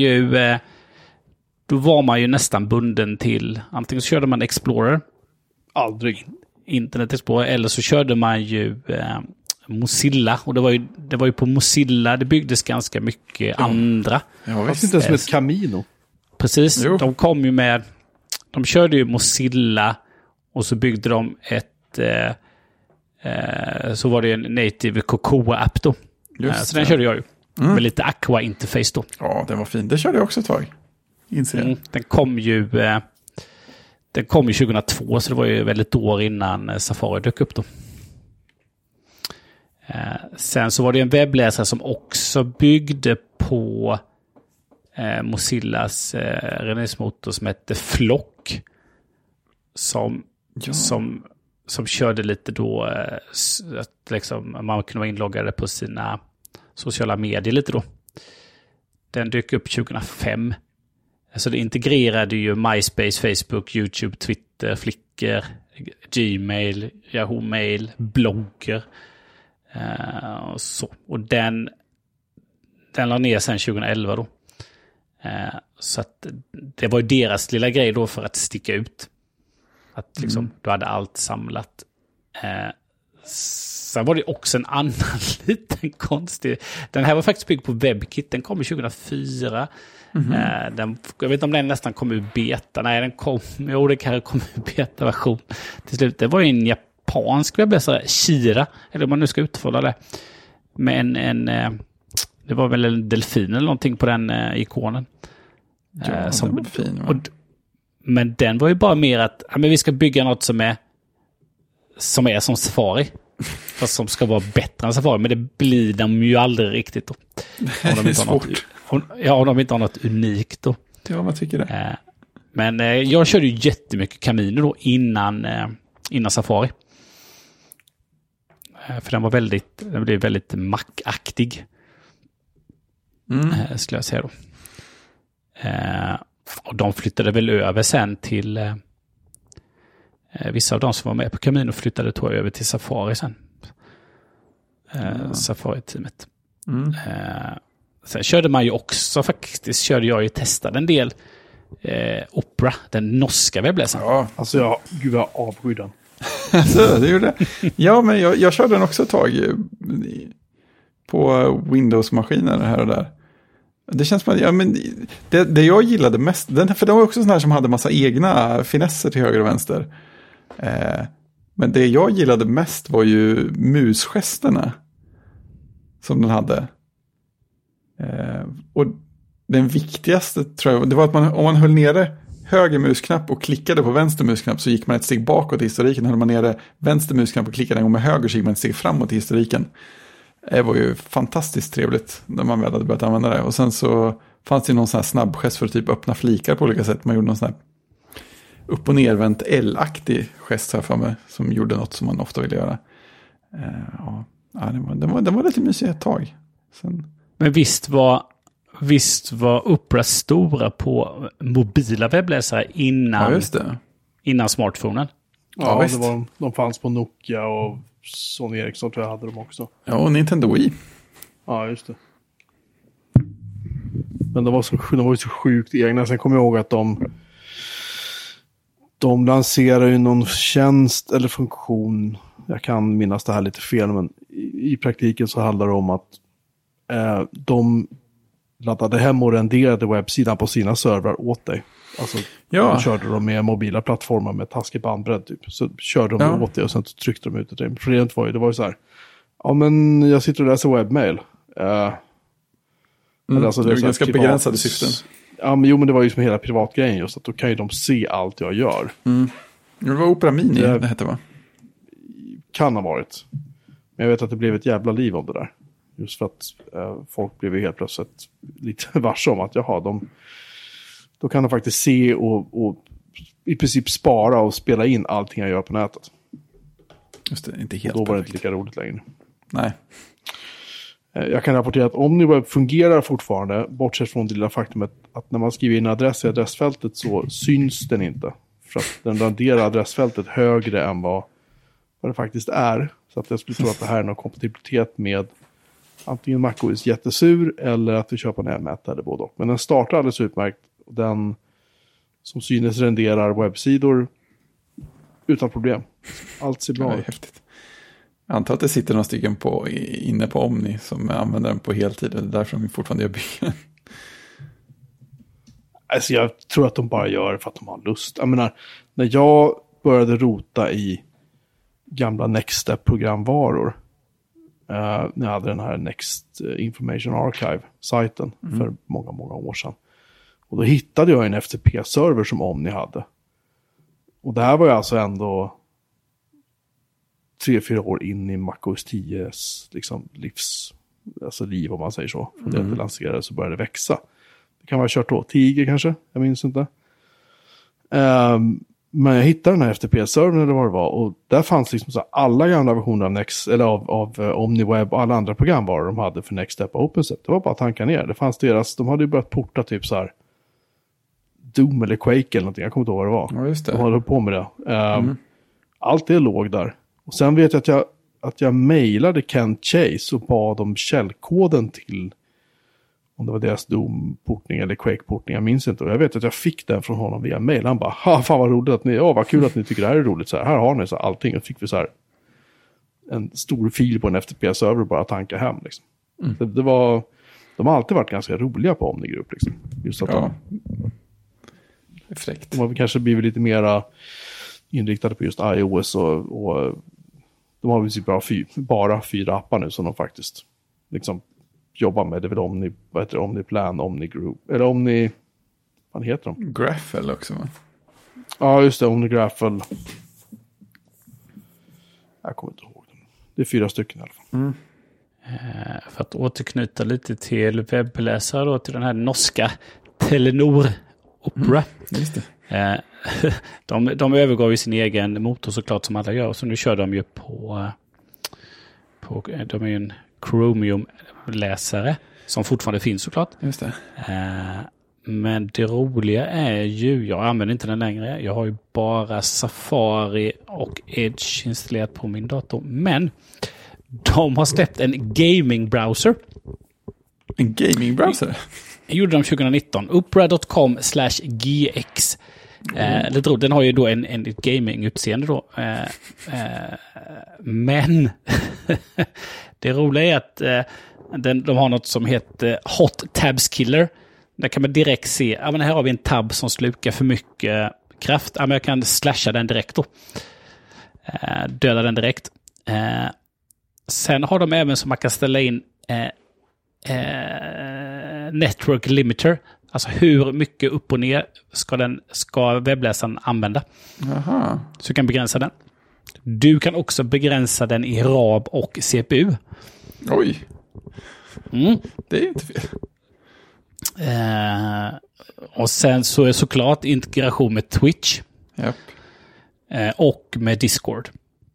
var man ju nästan bunden till, antingen så körde man Explorer. Aldrig. Internet Explorer, eller så körde man ju Mozilla. Och det var ju på Mozilla det byggdes ganska mycket andra. Ja, visst. Inte som ett Camino. Precis, Jo. De körde ju Mozilla och så byggde de så var det en native Cocoa-app då. Så den körde jag ju. Med lite Aqua-interface då. Ja, den var fin. Det körde jag också ett tag. Den kom ju 2002, så det var ju väldigt år innan Safari dök upp då. Sen så var det en webbläsare som också byggde på Mozillas renäsmotor som hette Flock. Som körde lite då att liksom man kunde vara inloggade på sina sociala medier lite då. Den dök upp 2005. Så det integrerade ju MySpace, Facebook, YouTube, Twitter, Flickr, Gmail, Yahoo Mail, blogger. Och så. Och den la ner sen 2011 då. Så att det var ju deras lilla grej då för att sticka ut. Att liksom, du hade allt samlat. Sen var det också en annan liten konstig. Den här var faktiskt byggd på WebKit. Den kom 2004. Jag vet inte om den nästan kom ur beta. Nej, det kanske kom ur beta-version till slut. Det var ju en japansk webbläsare, Kira, eller om man nu ska utföra det. Men det var väl en delfin eller någonting på den ikonen. Ja, den var fin. Men den var ju bara mer att men vi ska bygga något som är som Safari. Fast som ska vara bättre än Safari. Men det blir de ju aldrig riktigt då. Om de inte har de inte har något unikt då. Ja, man tycker det. Men jag körde ju jättemycket Camino då innan Safari. För den blev väldigt Mac-aktig. Skulle jag säga då. Och de flyttade väl över sen till vissa av de som var med på Camino flyttade tror jag över till Safari sen. Safari-teamet. Sen körde man ju också faktiskt, testade en del Opera, den norska webbläsaren. Ja, alltså gud jag avskyr den. Så, det gjorde det. Ja, men jag körde den också ett tag på Windows-maskiner här och där. Det känns som att, det jag gillade mest, för det var också sån här som hade massa egna finesser till höger och vänster. Men det jag gillade mest var ju musgesterna som den hade. Och den viktigaste tror jag, det var att om man höll nere höger musknapp och klickade på vänster musknapp så gick man ett steg bakåt i historiken. Höll man nere vänster musknapp och klickade en gång med höger så gick man ett steg framåt i historiken. Det var ju fantastiskt trevligt när man väl hade börjat använda det. Och sen så fanns det någon sån här snabbgest för att typ öppna flikar på olika sätt. Man gjorde någon sån här upp- och nervänt L-aktig gest här för mig som gjorde något som man ofta ville göra. Den var lite mysig ett tag. Sen... Men visst var Opera stora på mobila webbläsare innan smartphonen? Ja, visst. De fanns på Nokia och Sony Ericsson tror jag hade dem också. Ja, och Nintendo Wii. Ja, just det. Men de var ju så sjukt egna. Sen kommer jag ihåg att de lanserar ju någon tjänst eller funktion. Jag kan minnas det här lite fel, men i praktiken så handlar det om att de laddade hem och renderade webbsidan på sina servrar åt dig. Alltså, de körde de med mobila plattformar med taskig bandbredd typ. Så körde de åt dig och sen tryckte de ut det till dig. Problemet var ju så här. Ja, men jag sitter och läser webbmail. Alltså, det är ganska begränsade syften. Ja, men det var ju som hela privatgrejen just. Att då kan ju de se allt jag gör. Det var Opera Mini det hette, va? Kan ha varit. Men jag vet att det blev ett jävla liv om det där. Just för att folk blev helt plötsligt lite varse om att då kan de faktiskt se och i princip spara och spela in allting jag gör på nätet. Just det, inte helt och då var det inte lika roligt längre. Nej. Jag kan rapportera att OmniWeb fungerar fortfarande, bortsett från det lilla faktumet att när man skriver in adress i adressfältet så syns den inte. För att den randerar adressfältet högre än vad det faktiskt är. Så att jag skulle tro att det här är någon kompatibilitet med antingen MacOS jättesur eller att vi kör på en elmätare eller både och. Men den startar alldeles utmärkt. Den som synes renderar webbsidor utan problem. Allt ser bra ut. Det är häftigt. Jag antar att det sitter några stycken inne på Omni som använder den på heltid. Det är därför de fortfarande gör byggen. Alltså jag tror att de bara gör det för att de har lust. Jag menar, när jag började rota i gamla Nextstep-programvaror när jag hade den här Next Information Archive-sajten för många, många år sedan. Och då hittade jag en FTP-server som Omni hade. Och det här var ju alltså ändå 3-4 år in i MacOS 10s liksom liv om man säger så. Från det att det lanserades så började det växa. Det kan vara kört då 10 kanske, jag minns inte. Men jag hittade den här FTP-servern eller vad det var. Och där fanns liksom så alla gamla versioner av Next, eller av OmniWeb och alla andra programvaror de hade för Nextstep och OpenStep. Det var bara att tanka ner. Det fanns de hade ju börjat porta typ så här Doom eller Quake eller någonting. Jag kommer inte ihåg vad det var. Ja, just det. De hade på med det. Allt det låg där. Och sen vet jag att jag mejlade Kent Chase och bad om källkoden till om det var deras Doom-portning eller Quake-portning, jag minns inte. Och jag vet att jag fick den från honom via mail. Han bara, fan vad roligt att ni, vad kul att ni tycker det här är roligt. Så här har ni så allting. Och fick vi så här en stor fil på en FTP-server bara tanka hem liksom. Det var, de har alltid varit ganska roliga på Omnigrupp liksom. Just att de har kanske blivit lite mera inriktade på just iOS och de har väl bara 4 appar nu som de faktiskt liksom jobbar med. Det är väl Omniplan, Omnigroup eller vad heter de? Graphel också va? Ja just det, OmniGraphel. Jag kommer inte ihåg dem. Det är 4 stycken i alla fall. För att återknyta lite till webbläsare då, till den här norska Telenor Opera. Just det. De övergav ju sin egen motor såklart som alla gör. Så nu kör de ju på de är ju en Chromium-läsare som fortfarande finns såklart. Just det. Men det roliga är ju, jag använder inte den längre. Jag har ju bara Safari och Edge installerat på min dator. Men de har släppt en gaming-browser. En gaming-browser? Gjorde de 2019. Opera.com/gx. Den har ju då en gaming-utseende då. Men det roliga är att de har något som heter Hot Tabs Killer. Där kan man direkt se, men här har vi en tab som slukar för mycket kraft. Men jag kan slasha den direkt då. Döda den direkt. Sen har de även som man kan ställa in network limiter. Alltså hur mycket upp och ner ska webbläsaren använda. Aha. Så du kan begränsa den. Du kan också begränsa den i RAB och CPU. Oj. Det är ju inte fel. Och sen så är såklart integration med Twitch. Japp. Och med Discord.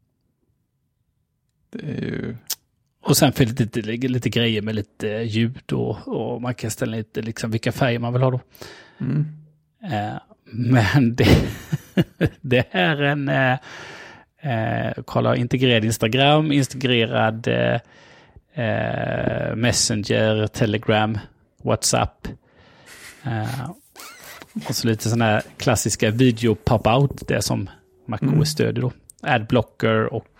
Det är ju... Och sen finns det lite grejer med lite ljud och man kan ställa lite liksom vilka färger man vill ha då. Men det är en kolla integrerad Instagram, integrerad Messenger, Telegram, WhatsApp. Och så lite sådana här klassiska video pop-out, det som MacOS stödjer då. Adblocker och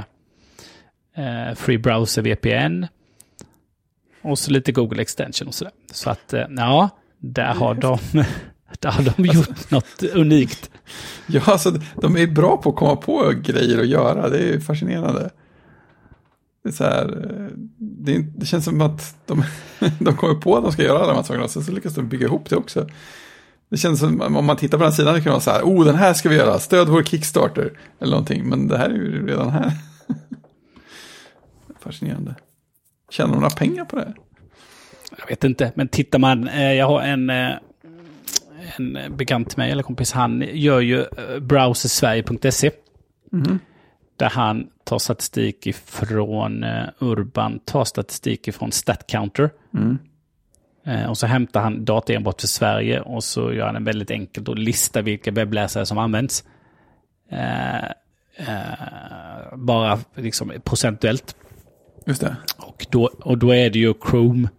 Free Browser VPN. Och så lite Google Extension och sådär. Så att, där har de gjort något unikt. Ja, alltså de är bra på att komma på grejer att göra. Det är fascinerande. Det är så här, det känns som att de kommer på att de ska göra alla de här sakerna. Så lyckas de bygga ihop det också. Det känns som om man tittar på den sidan, det kan vara så här, den här ska vi göra. Stöd vår Kickstarter eller någonting. Men det här är ju redan här. Fascinerande. Tjänar de några pengar på det? Jag vet inte, men tittar man, jag har en bekant till mig, eller kompis, han gör ju browsersverige.se. Där han tar statistik ifrån Urban, tar statistik ifrån StatCounter. Och så hämtar han data enbart för Sverige och så gör han en väldigt enkelt och lista vilka webbläsare som används. Bara liksom procentuellt. Just det. Och då är det ju Chrome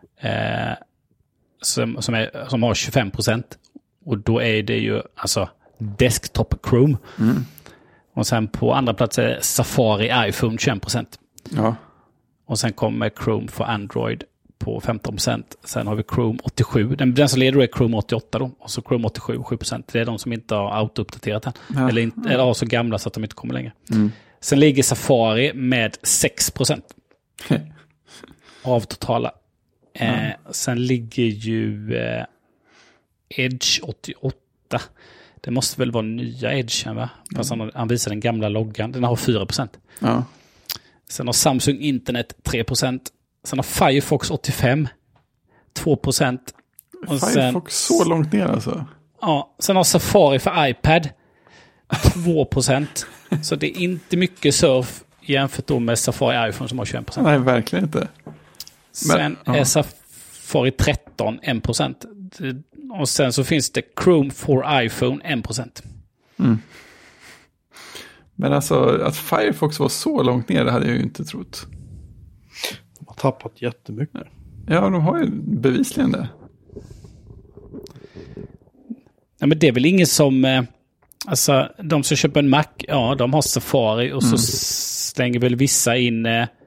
som har 25%. Och då är det ju alltså desktop Chrome. Och sen på andra plats är Safari iPhone 21%. Ja. Och sen kommer Chrome för Android på 15%. Sen har vi Chrome 87. Den som leder är Chrome 88 då. Och så Chrome 87, 7%. Det är de som inte har auto-uppdaterat än. Ja. Eller har så gamla så att de inte kommer längre. Sen ligger Safari med 6% av totala. Sen ligger ju Edge 88. Det måste väl vara nya Edge, va? Fast han visar den gamla loggan. Den har 4%. Ja. Sen har Samsung Internet 3%. Sen har Firefox 85. 2%. Och Firefox så långt ner alltså? Ja, sen har Safari för iPad 2%. Så det är inte mycket surf jämfört då med Safari iPhone som har 21%. Nej, verkligen inte. Sen är Safari 13, 1%. Och sen så finns det Chrome for iPhone 1%. Men alltså att Firefox var så långt ner, det hade jag ju inte trott. De har tappat jättemycket. Ja, de har ju bevisligen det. Ja, men det är väl ingen som... Alltså, de som köper en Mac, ja, de har Safari och så slänger väl vissa in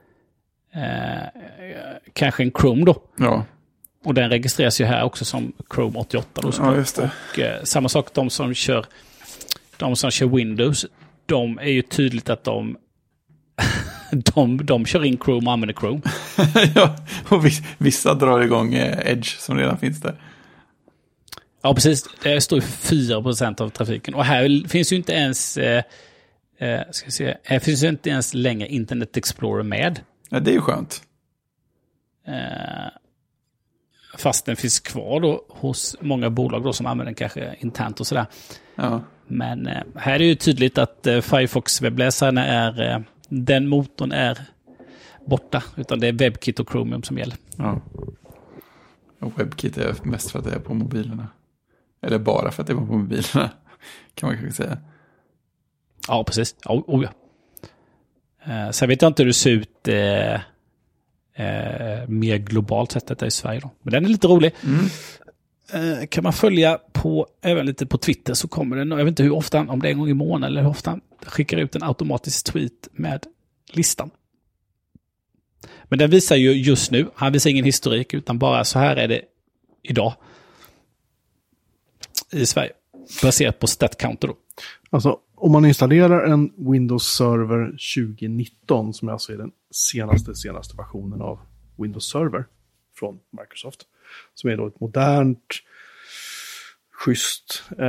kanske en Chrome då. Ja. Och den registreras ju här också som Chrome 88 då. Ja, just det. Och samma sak, de som kör Windows, de är ju tydligt att de kör in Chrome och använder Chrome. Ja, och vissa drar igång Edge som redan finns där. Ja, precis. Det står 4% av trafiken. Och här finns ju inte ens här finns ju inte ens längre Internet Explorer med. Ja, det är ju skönt. Fast den finns kvar då hos många bolag då som använder den kanske internt och sådär. Ja. Men här är det ju tydligt att Firefox webbläsaren den motorn är borta. Utan det är WebKit och Chromium som gäller. Ja. Och WebKit är mest för att det är på mobilerna. Eller bara för att det är på mobilerna, kan man kanske säga. Ja, precis. Ja. Sen vet jag inte hur det ser ut mer globalt sett detta i Sverige då. Men den är lite rolig. Kan man följa även lite på Twitter så kommer den, jag vet inte hur ofta, om det är en gång i månaden eller hur ofta, skickar ut en automatisk tweet med listan. Men den visar ju just nu, han visar ingen historik utan bara så här är det idag i Sverige. Baserat på StatCounter då. Alltså om man installerar en Windows Server 2019 som alltså är den senaste versionen av Windows Server från Microsoft. Som är då ett modernt, schysst. Det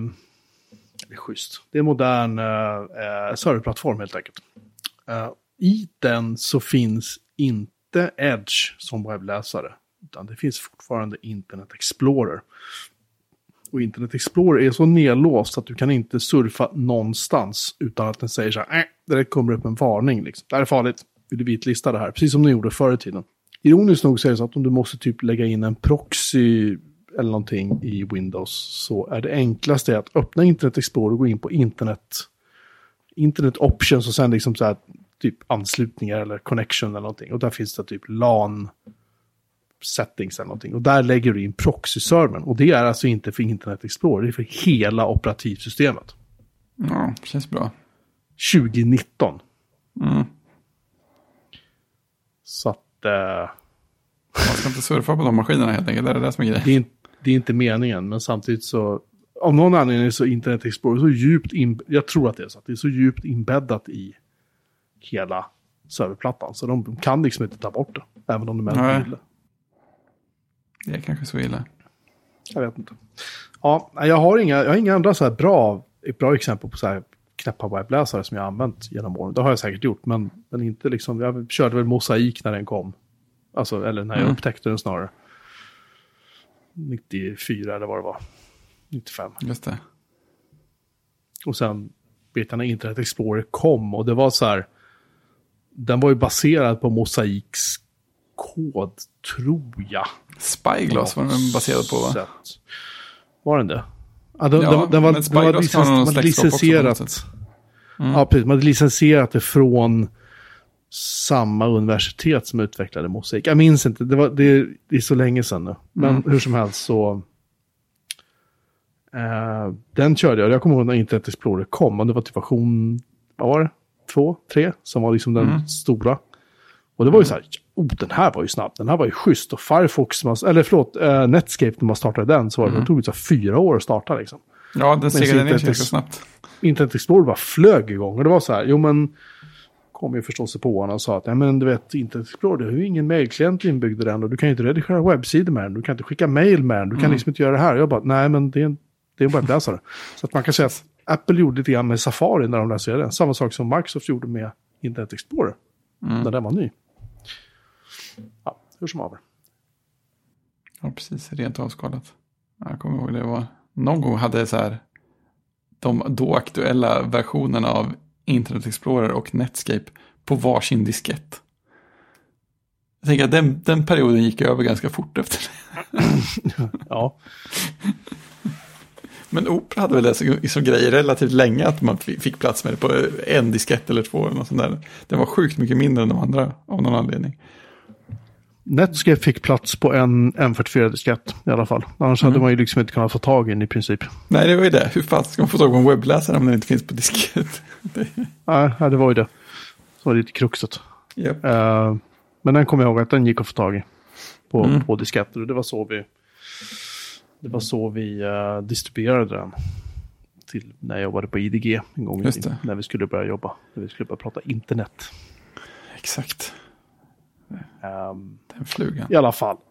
är en modern serverplattform helt enkelt. I den så finns inte Edge som webbläsare. Utan det finns fortfarande Internet Explorer. Och Internet Explorer är så nedlåst att du kan inte surfa någonstans utan att den säger så här, det kommer upp en varning. Liksom. Det här är farligt, vill du vitlista det här? Precis som den gjorde förr i tiden. Ironiskt nog säger det så att om du måste typ lägga in en proxy eller någonting i Windows så är det enklaste att öppna Internet Explorer och gå in på Internet Options och sen liksom så här typ anslutningar eller connection eller någonting. Och där finns det typ LAN settings eller någonting. Och där lägger du in proxy-servern. Och det är alltså inte för Internet Explorer, det är för hela operativsystemet. Ja, känns bra. 2019. Så att man ska inte surfa på de maskinerna helt enkelt. Det är det som är grejen. Det är inte meningen, men samtidigt så av någon anledning är så Internet Explorer så djupt jag tror att det är så att det är så djupt inbäddat i hela serverplattan så de kan liksom inte ta bort det, även om de är illa. Det är kanske så illa. Jag vet inte. Ja, jag har inga andra så här bra exempel på så här knäppa webbläsare som jag har använt genom åren. Det har jag säkert gjort, men inte liksom, jag körde väl Mosaik när den kom Alltså, eller när jag upptäckte den snarare. 94 eller vad det var. 95. Just det. Och sen vet jag när Internet Explorer kom. Och det var så här. Den var ju baserad på Mosaiks kod, tror jag. Spyglass var den baserad på, va? Var den det? Ja, den var licensierat. Ja, precis. Man hade licensierat det från samma universitet som utvecklade Mosaic. Jag minns inte. Det är så länge sedan nu. Men hur som helst så... den körde jag. Jag kommer ihåg när Internet Explorer kom. Och det var typ version... Vad var det? 2, 3? Som var liksom den stora. Och det var ju så här... den här var ju snabb. Den här var ju schysst. Och Firefox... Netscape när man startade den så var det tog det så 4 år att starta liksom. Ja, den segade ner ganska snabbt. Internet Explorer bara flög igång. Och det var så här... Jo, men... kom ju förstås på honom och sa att nej, men du vet, Internet Explorer, du har ju ingen mailklient inbyggd i den och du kan ju inte redigera webbsidor med den, du kan inte skicka mail med den, du kan liksom inte göra det här. Jag bara, nej, men det är en webbläsare. Så att man kan säga att Apple gjorde lite grann med Safari när de lanserade den. Samma sak som Microsoft gjorde med Internet Explorer när den var ny. Ja, hur som haver. Ja, precis, rent avskalat. Jag kommer ihåg det var någon gång hade så här de då aktuella versionerna av Internet Explorer och Netscape på varsin diskett. Jag tänker att den perioden gick över ganska fort efter det. Ja. Men Opera hade väl det som grej relativt länge att man fick plats med det på en diskett eller 2 eller något sånt där. Den var sjukt mycket mindre än de andra av någon anledning. Netscape fick plats på en M44-diskett i alla fall. Annars hade man ju liksom inte kunnat få tag i den i princip. Nej, det var ju det. Hur fan ska man få tag på en webbläsare om den inte finns på diskett? Nej, det var ju det. Så var det lite kruxet. Yep. Men den kommer jag ihåg att den gick att få tag i på disketter. Det var så vi distribuerade den till när jag jobbade på IDG en gång när vi skulle börja jobba. När vi skulle börja prata internet. Exakt. Den flugan. I alla fall.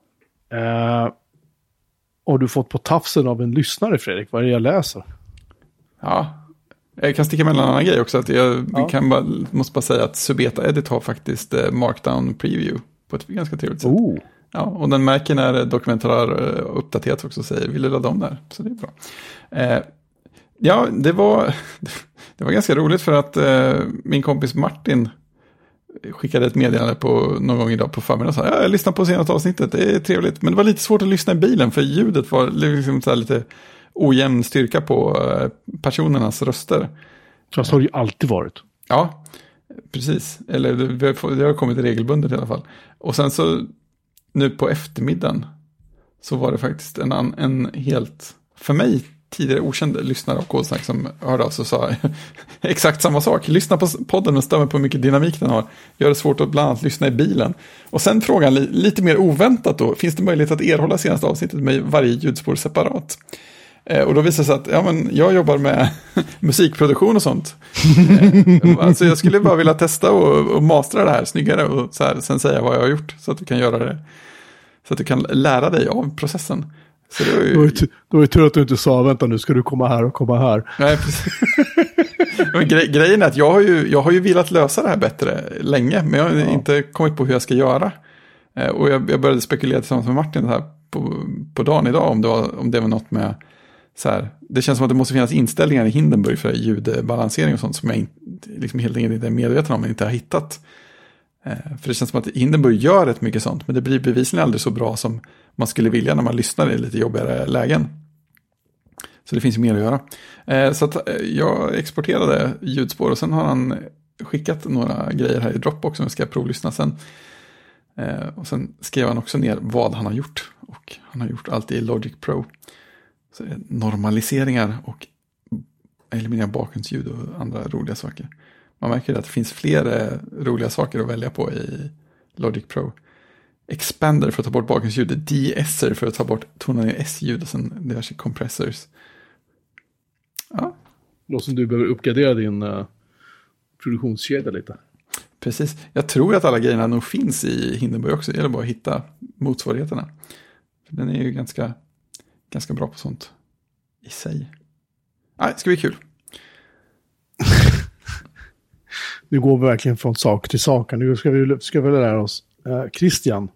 Har du fått på tafsen av en lyssnare, Fredrik? Vad är det jag läser? Ja, jag kan sticka med en annan grej också. Att måste bara säga att Subeta Edit har faktiskt Markdown Preview på ett ganska trevligt sätt. Ja, och den märker när dokumentet har uppdaterats också och säger vill du ladda om där? Så det är bra. Ja, det var ganska roligt för att min kompis Martin skickade ett meddelande på någon gång idag på förmiddagen och sa jag lyssnar på senaste avsnittet, det är trevligt. Men det var lite svårt att lyssna i bilen för ljudet var liksom så här lite ojämn styrka på personernas röster. Så har det ju alltid varit. Ja, precis. Eller det har kommit regelbundet i alla fall. Och sen så nu på eftermiddagen så var det faktiskt en helt, för mig tidigare okänd lyssnare av Kodsnack som hörde av sig och sa exakt samma sak. Lyssna på podden och stämmer på hur mycket dynamik den har. Gör det svårt att bland annat lyssna i bilen. Och sen frågan lite mer oväntat då. Finns det möjlighet att erhålla senaste avsnittet med varje ljudspår separat? Och då visar det sig att jag jobbar med musikproduktion och sånt. Alltså jag skulle bara vilja testa och mastra det här snyggare och så här, sen säga vad jag har gjort så att du kan göra det. Så att du kan lära dig av processen. Så det var ju tur att du inte sa, vänta nu ska du komma här och komma här. Nej, precis. Men grejen är att jag har ju velat lösa det här bättre länge, men jag har inte kommit på hur jag ska göra. Och jag började spekulera tillsammans med Martin här på dagen idag om det var något med så här, det känns som att det måste finnas inställningar i Hindenburg för ljudbalansering och sånt som jag liksom helt enkelt inte är medveten om och inte har hittat. För det känns som att Hindenburg gör rätt mycket sånt, men det blir bevisligen aldrig så bra som man skulle vilja när man lyssnar i lite jobbigare lägen. Så det finns ju mer att göra. Så att jag exporterade ljudspår och sen har han skickat några grejer här i Dropbox som jag ska provlyssna sen. Och sen skrev han också ner vad han har gjort. Och han har gjort allt i Logic Pro. Så det är normaliseringar och eliminera bakgrundsljud och andra roliga saker. Man märker att det finns fler roliga saker att välja på i Logic Pro. Expander för att ta bort bakgrundsljud. De-esser för att ta bort tona ner S-ljud och sen diverse compressors. Ja. Då som du behöver uppgradera din produktionskedja lite. Precis. Jag tror att alla grejerna nog finns i Hindenburg också. Det gäller bara att hitta motsvarigheterna. För den är ju ganska bra på sånt i sig. Nej, det ska bli kul. Nu går vi verkligen från sak till sak. Nu ska vi lära oss Christian.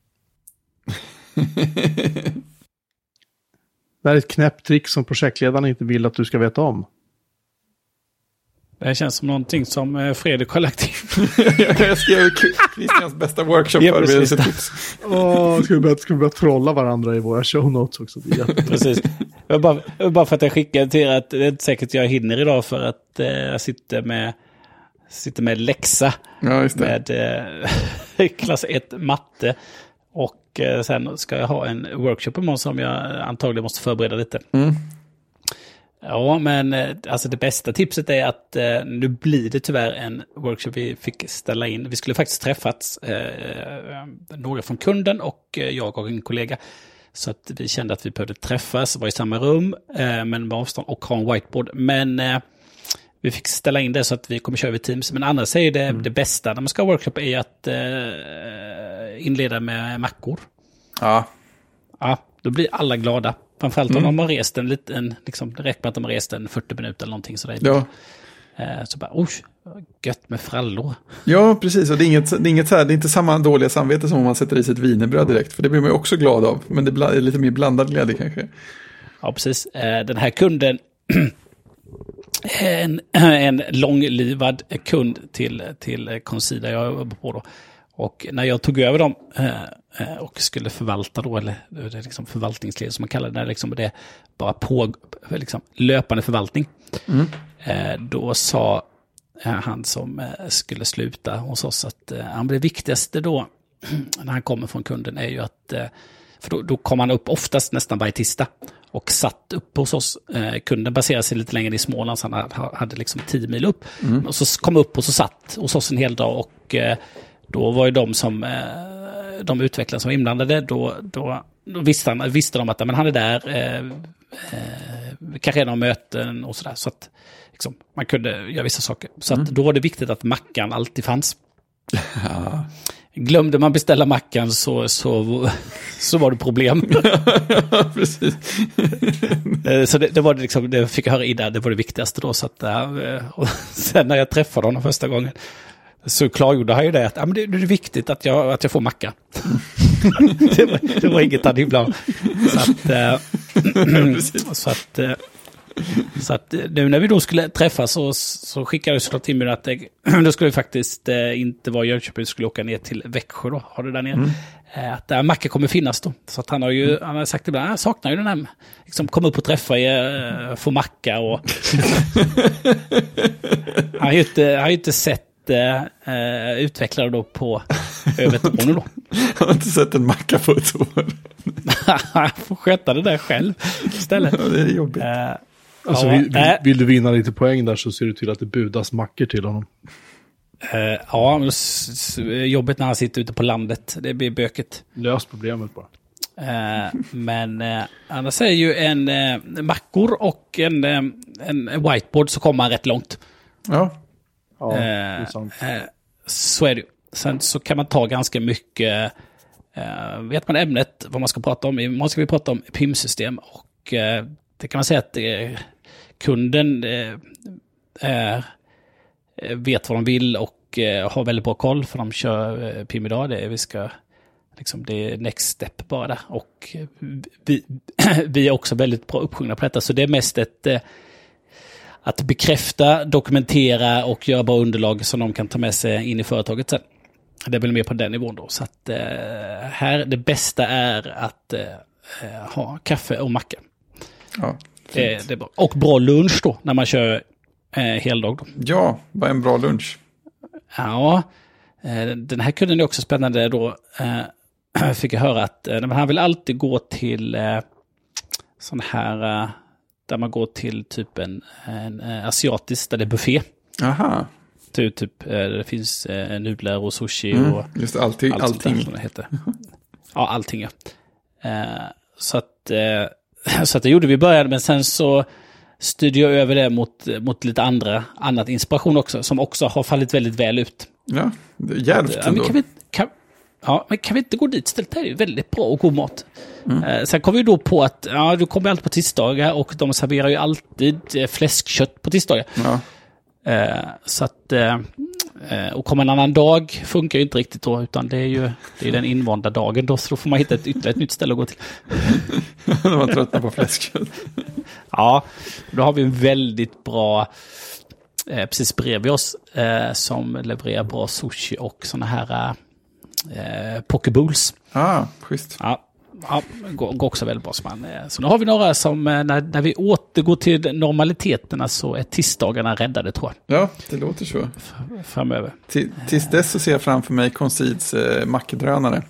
Det här är ett knäppt trick som projektledarna inte vill att du ska veta om. Det här känns som någonting som Fredrik har lagt in. Jag skrev Christians bästa workshop-förberedelsetips. Ska vi börja trolla varandra i våra show notes också? Precis. Bara för att jag skickade till er att det är inte säkert jag hinner idag för att jag sitter med läxa. Ja, just det. Med klass 1 matte. Och sen ska jag ha en workshop imorgon som jag antagligen måste förbereda lite. Mm. Ja, men alltså det bästa tipset är att nu blir det tyvärr en workshop vi fick ställa in. Vi skulle faktiskt träffats, några från kunden och jag och en kollega. Så att vi kände att vi behövde träffas, vara i samma rum, men med avstånd och ha en whiteboard. Men vi fick ställa in det så att vi kommer köra över Teams. Men annars är det bästa när man ska ha workshop är att inleda med mackor. Ja. Ja, då blir alla glada. Framförallt om de har rest en liten, liksom, det räcker med att de har rest en 40 minuter eller någonting sådär. Ja. Så bara, gött med frallor. Ja, precis. Och det är inget så här, det är inte samma dåliga samvete som om man sätter i sitt wienerbröd direkt. För det blir man ju också glad av. Men det är lite mer blandad glädje kanske. Ja, precis. Den här kunden en långlivad kund till Consida jag jobbar på då. Och när jag tog över dem och skulle förvalta då, eller det är liksom förvaltningsled som man kallar det, liksom, det är bara liksom, löpande förvaltning. Då sa han som skulle sluta hos oss att det viktigaste då när han kommer från kunden är ju att, för då kom han upp oftast nästan varje tisdag och satt upp hos oss. Kunden baserade sig lite längre i Småland så han hade liksom 10 mil upp. Och så kom upp och så satt hos oss en hel dag och då var ju de utvecklare som var inblandade, då visste de att men han är där, kanske några möten och sådär. Så att liksom, man kunde göra vissa saker. Så att då var det viktigt att mackan alltid fanns. Ja. Glömde man beställa mackan så var det problem. Precis. Så det var det liksom, det fick jag höra innan, det var det viktigaste då. Så att, och sen när jag träffade honom första gången så klargjorde han ju det att men det är viktigt att jag får macka. det var inget han ibland. Så att nu när vi då skulle träffas så skickade jag såklart till mig att då skulle vi faktiskt inte vara i Jönköping, skulle åka ner till Växjö då, har det där nere. Att där macka kommer finnas då. Så att han har sagt ibland, jag saknar ju den här, liksom komma upp och träffa få macka och han har ju inte sett utvecklare då på över ett år nu då. Jag har inte sett en macka på ett år. Han får sköta det där själv istället. Ja, det är jobbigt. Alltså, vill du vinna lite poäng där så ser du till att det budas mackor till honom. Ja, men jobbigt när han sitter ute på landet. Det blir böket. Lös problemet bara. Men annars är ju en mackor och en whiteboard så kommer man rätt långt. Ja. Ja, det är sant. Så är det ju. Sen så kan man ta ganska mycket, vet man ämnet, vad man ska prata om. Imorgon ska vi prata om PIM-system och det kan man säga att kunden vet vad de vill och har väldigt bra koll för de kör PIM idag. Det är next step bara där. Och vi är också väldigt bra uppsjungna på detta. Så det är mest att bekräfta, dokumentera och göra bra underlag som de kan ta med sig in i företaget sen. Det är väl mer på den nivån då. Så att här det bästa är att ha kaffe och macka. Ja, det är bra. Och bra lunch då när man kör heldag då. Ja, vad är en bra lunch? Ja, den här kunden är också spännande då. Fick jag höra att han vill alltid gå till sån här där man går till typ en asiatisk där det är buffé. Aha. Typ det finns nudlar och sushi och just allting. Det heter. Ja, allting ja. Så att det gjorde vi i början, men sen så styrde jag över det mot lite annat inspiration också, som också har fallit väldigt väl ut. Ja, det är jävligt ändå. Men kan vi inte gå dit istället? Det är ju väldigt bra och god mat. Sen kom vi då på att du kommer alltid på tisdagar och de serverar ju alltid fläskkött på tisdagar. Ja. Så att Och kommer en annan dag funkar ju inte riktigt då, utan det är den invanda dagen då, så då får man hitta ett nytt ställe att gå till. När man tröttnar på fläskkött. Ja, då har vi en väldigt bra precis bredvid oss som levererar bra sushi och såna här pokebowls. Schysst. Ja, går också väldigt bra. Så nu har vi några som, när vi återgår till normaliteterna så är tisdagarna räddade, tror jag. Ja, det låter så. Framöver. Tills dess så ser jag framför mig Consids mackdrönare.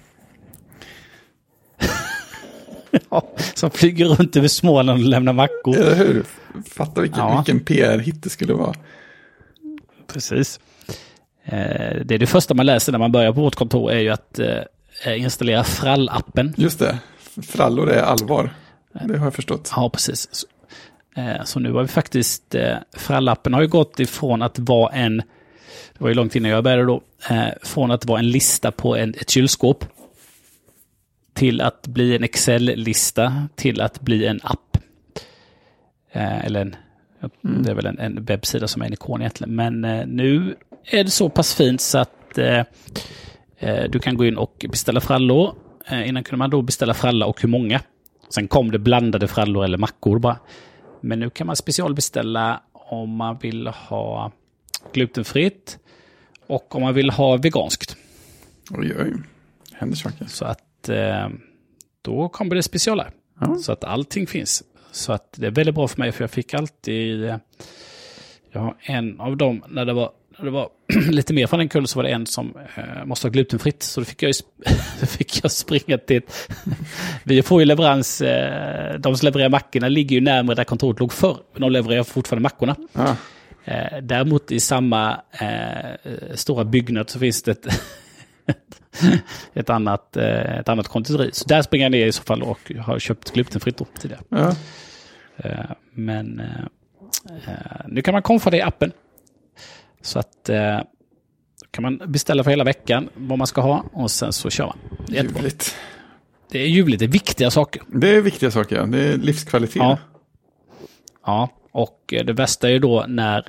Ja, som flyger runt över Småland och lämnar mackor. Eller hur? Fatta vilken PR-hit det skulle vara. Precis. Det är det första man läser när man börjar på vårt kontor är ju att installera Frall-appen. Just det. Frallor är allvar. Det har jag förstått. Ja, precis. Så nu har vi faktiskt... Frall-appen har ju gått ifrån att vara det var ju långt innan jag började då. Från att vara en lista på ett kylskåp till att bli en Excel-lista till att bli en app. Eller det är väl en webbsida som är en ikon egentligen. Men nu är det så pass fint så att du kan gå in och beställa frallor. Innan kunde man då beställa frallor och hur många. Sen kom det blandade frallor eller mackor bara. Men nu kan man specialbeställa om man vill ha glutenfritt och om man vill ha veganskt. Oj, händer saker. Så att då kommer det specialer. Ja. Så att allting finns. Så att det är väldigt bra för mig, för jag fick alltid... Jag har en av dem, när det var lite mer från en kund så var det en som måste ha glutenfritt. Så då fick jag springa till... Vi får ju leverans... De som levererar mackorna ligger ju närmare där kontoret låg förr. Men de levererar fortfarande mackorna. Ja. Däremot i samma stora byggnad så finns det ett annat konditori. Så där springer jag ner i så fall och har köpt glutenfritt då tidigare. Ja. Men nu kan man konfa det i appen. Så att kan man beställa för hela veckan vad man ska ha och sen så kör man. Ljuvligt. Det är ljuvligt, det är viktiga saker. Det är viktiga saker, ja. Det är livskvalitet. Ja, och det bästa är ju då när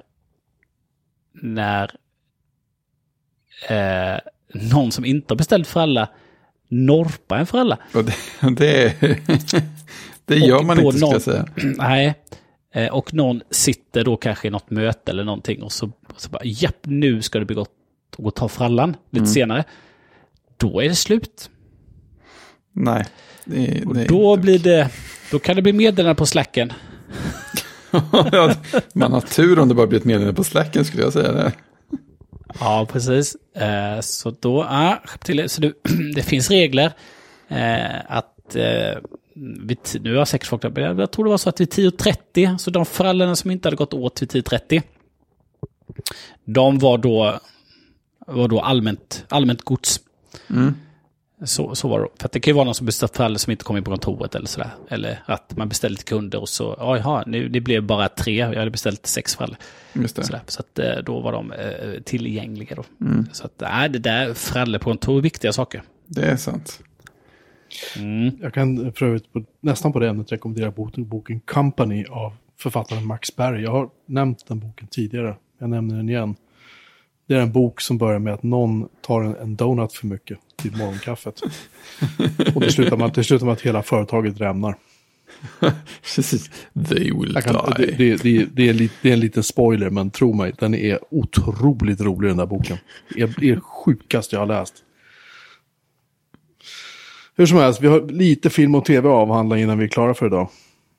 någon som inte har beställt för alla norpar en för alla. Och det gör man inte, ska jag säga. Nej, och någon sitter då kanske i något möte eller någonting och så bara, japp, nu ska det bli gott att gå och ta frallan lite senare. Då är det slut. Nej. Då kan det bli meddelande på Slacken. Man har tur om det bara blir ett meddelande på Slacken, skulle jag säga det. Ja, precis. Så då, det finns regler att nu har jag säkert folk där, jag tror det var så att vid 10.30, så de föräldrarna som inte hade gått åt vid 10.30, de var då allmänt gods. Så var det. För att det kan ju vara någon som beställt föräldrar som inte kommer in på kontoret eller sådär. Eller att man beställer till kunder och så, det blev bara 3. Jag hade beställt 6 föräldrar. Just det. Sådär. Så att då var de tillgängliga då. Så att det där föräldrar på kontor är viktiga saker. Det är sant. Jag kan för övrigt nästan på det ämnet rekommendera boken Company av författaren Max Berg. Jag har nämnt den boken tidigare. Jag nämner den igen. Det är en bok som börjar med att någon tar en donut för mycket till morgonkaffet. Och det slutar med att hela företaget rämnar. Precis. They will die. Det är en liten spoiler, men tro mig, den är otroligt rolig, den där boken. Det är sjukaste jag har läst. Hur som helst, vi har lite film och tv att avhandla innan vi är klara för idag.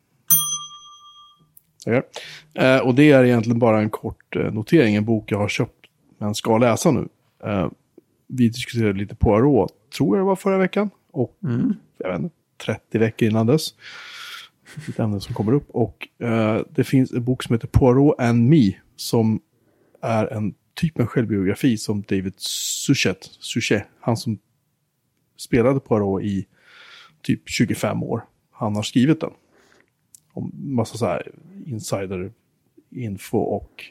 Och det är egentligen bara en kort notering. En bok jag har köpt men ska läsa nu. Vi diskuterade lite Poirot, tror jag det var förra veckan. Och jag vet inte, 30 veckor innan dess. Ett ämne som kommer upp. Och det finns en bok som heter Poirot and Me, som är en självbiografi som David Suchet, han som spelade Poirot i typ 25 år. Han har skrivit den. Om massa så här insider-info och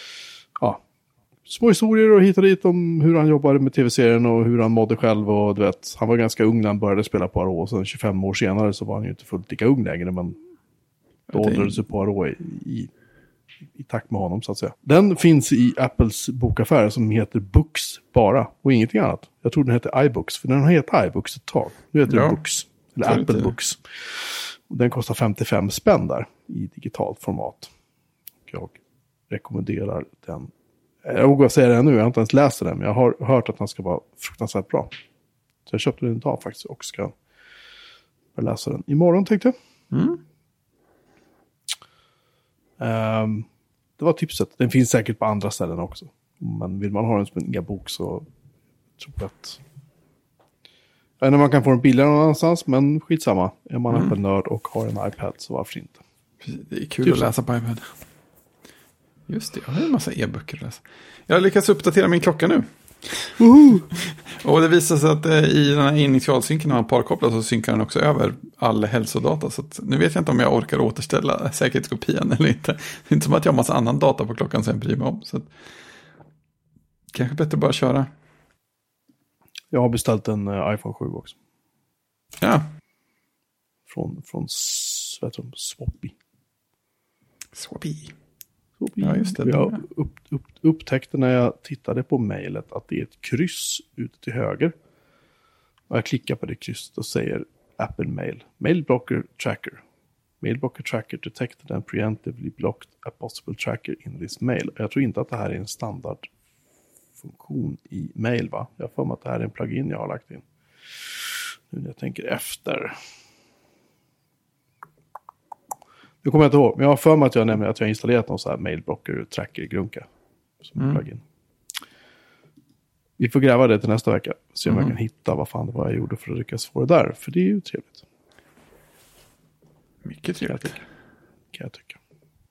små historier och hit och dit om hur han jobbade med tv-serien och hur han mådde själv. Och du vet, han var ganska ung när han började spela Poirot. Och sen 25 år senare så var han ju inte fullt lika ung längre. Men då åldrades Poirot i i takt med honom så att säga. Den finns i Apples bokaffär som heter Books bara och ingenting annat. Jag tror den heter iBooks, för den har hetat iBooks ett tag. Nu heter den Books, eller Apple Books. Och den kostar 55 spänn där i digitalt format. Och jag rekommenderar den. Jag vågar säga det nu, jag har inte ens läst den, men jag har hört att den ska vara fruktansvärt bra. Så jag köpte den idag faktiskt och ska läsa den imorgon tänkte jag. Det var tipset. Den finns säkert på andra ställen också. Men vill man ha den som en bok så tror jag att... Jag vet inte om man kan få den billigare någon annanstans, men skitsamma. Är man Apple-nörd och har en iPad så varför inte? Det är kul att läsa på iPad. Just det, jag har en massa e-böcker att läsa. Jag har lyckats uppdatera min klocka nu. Och det visar sig att i den här initialsynken när man parkopplar så synkar den också över all hälsodata. Så att, nu vet jag inte om jag orkar återställa säkerhetskopian eller inte. Det är inte som att jag har massa annan data på klockan som jag bryr mig om. Så att, kanske bättre bara köra. Jag har beställt en iPhone 7 också. Ja. Från Swappy. Ja, just det. Jag upptäckte när jag tittade på mejlet att det är ett kryss ute till höger. Och jag klickar på det krysset och säger Apple Mail. Mailblocker tracker. Mailblocker tracker detected and preemptively blocked a possible tracker in this mail. Jag tror inte att det här är en standardfunktion i mail, va? Jag får mig att det här är en plugin jag har lagt in. Nu när jag tänker efter. Nu kommer jag inte ihåg, men jag har för mig att jag nämner att jag har installerat någon så här mailblocker tracker grunka som plugin. Vi får gräva det till nästa vecka. Se om jag kan hitta vad fan det var jag gjorde för att lyckas få det där. För det är ju trevligt. Mycket trevligt. Kan jag tycka.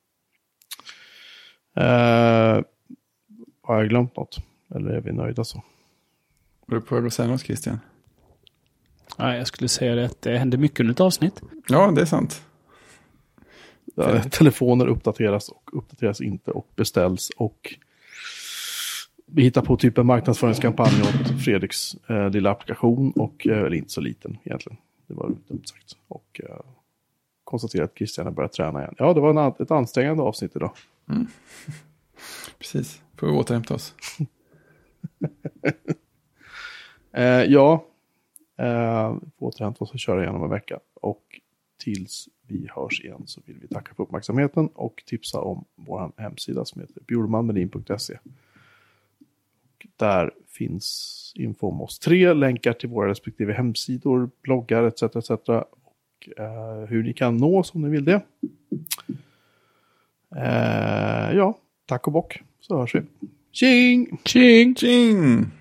Har jag glömt något? Eller är vi nöjda så? Var du på väg att säga något, Christian? Ja, jag skulle säga det att det händer mycket under ett avsnitt. Ja, det är sant. Telefoner uppdateras och uppdateras inte och beställs och vi hittar på typ en marknadsföringskampanj åt Fredriks lilla applikation och eller inte så liten egentligen. Det var dumt sagt. Och konstaterar att Christian har börjat träna igen. Ja, det var ett ansträngande avsnitt idag. Precis, får vi återhämta oss. Får återhämta oss och köra igenom en vecka. Och tills vi hörs igen så vill vi tacka för uppmärksamheten och tipsa om vår hemsida som heter bjurmanmedin.se. Där finns info om oss 3, länkar till våra respektive hemsidor, bloggar etc. Och hur ni kan nå om ni vill det. Tack och bock, så hörs vi. Tjing! Tjing! Tjing!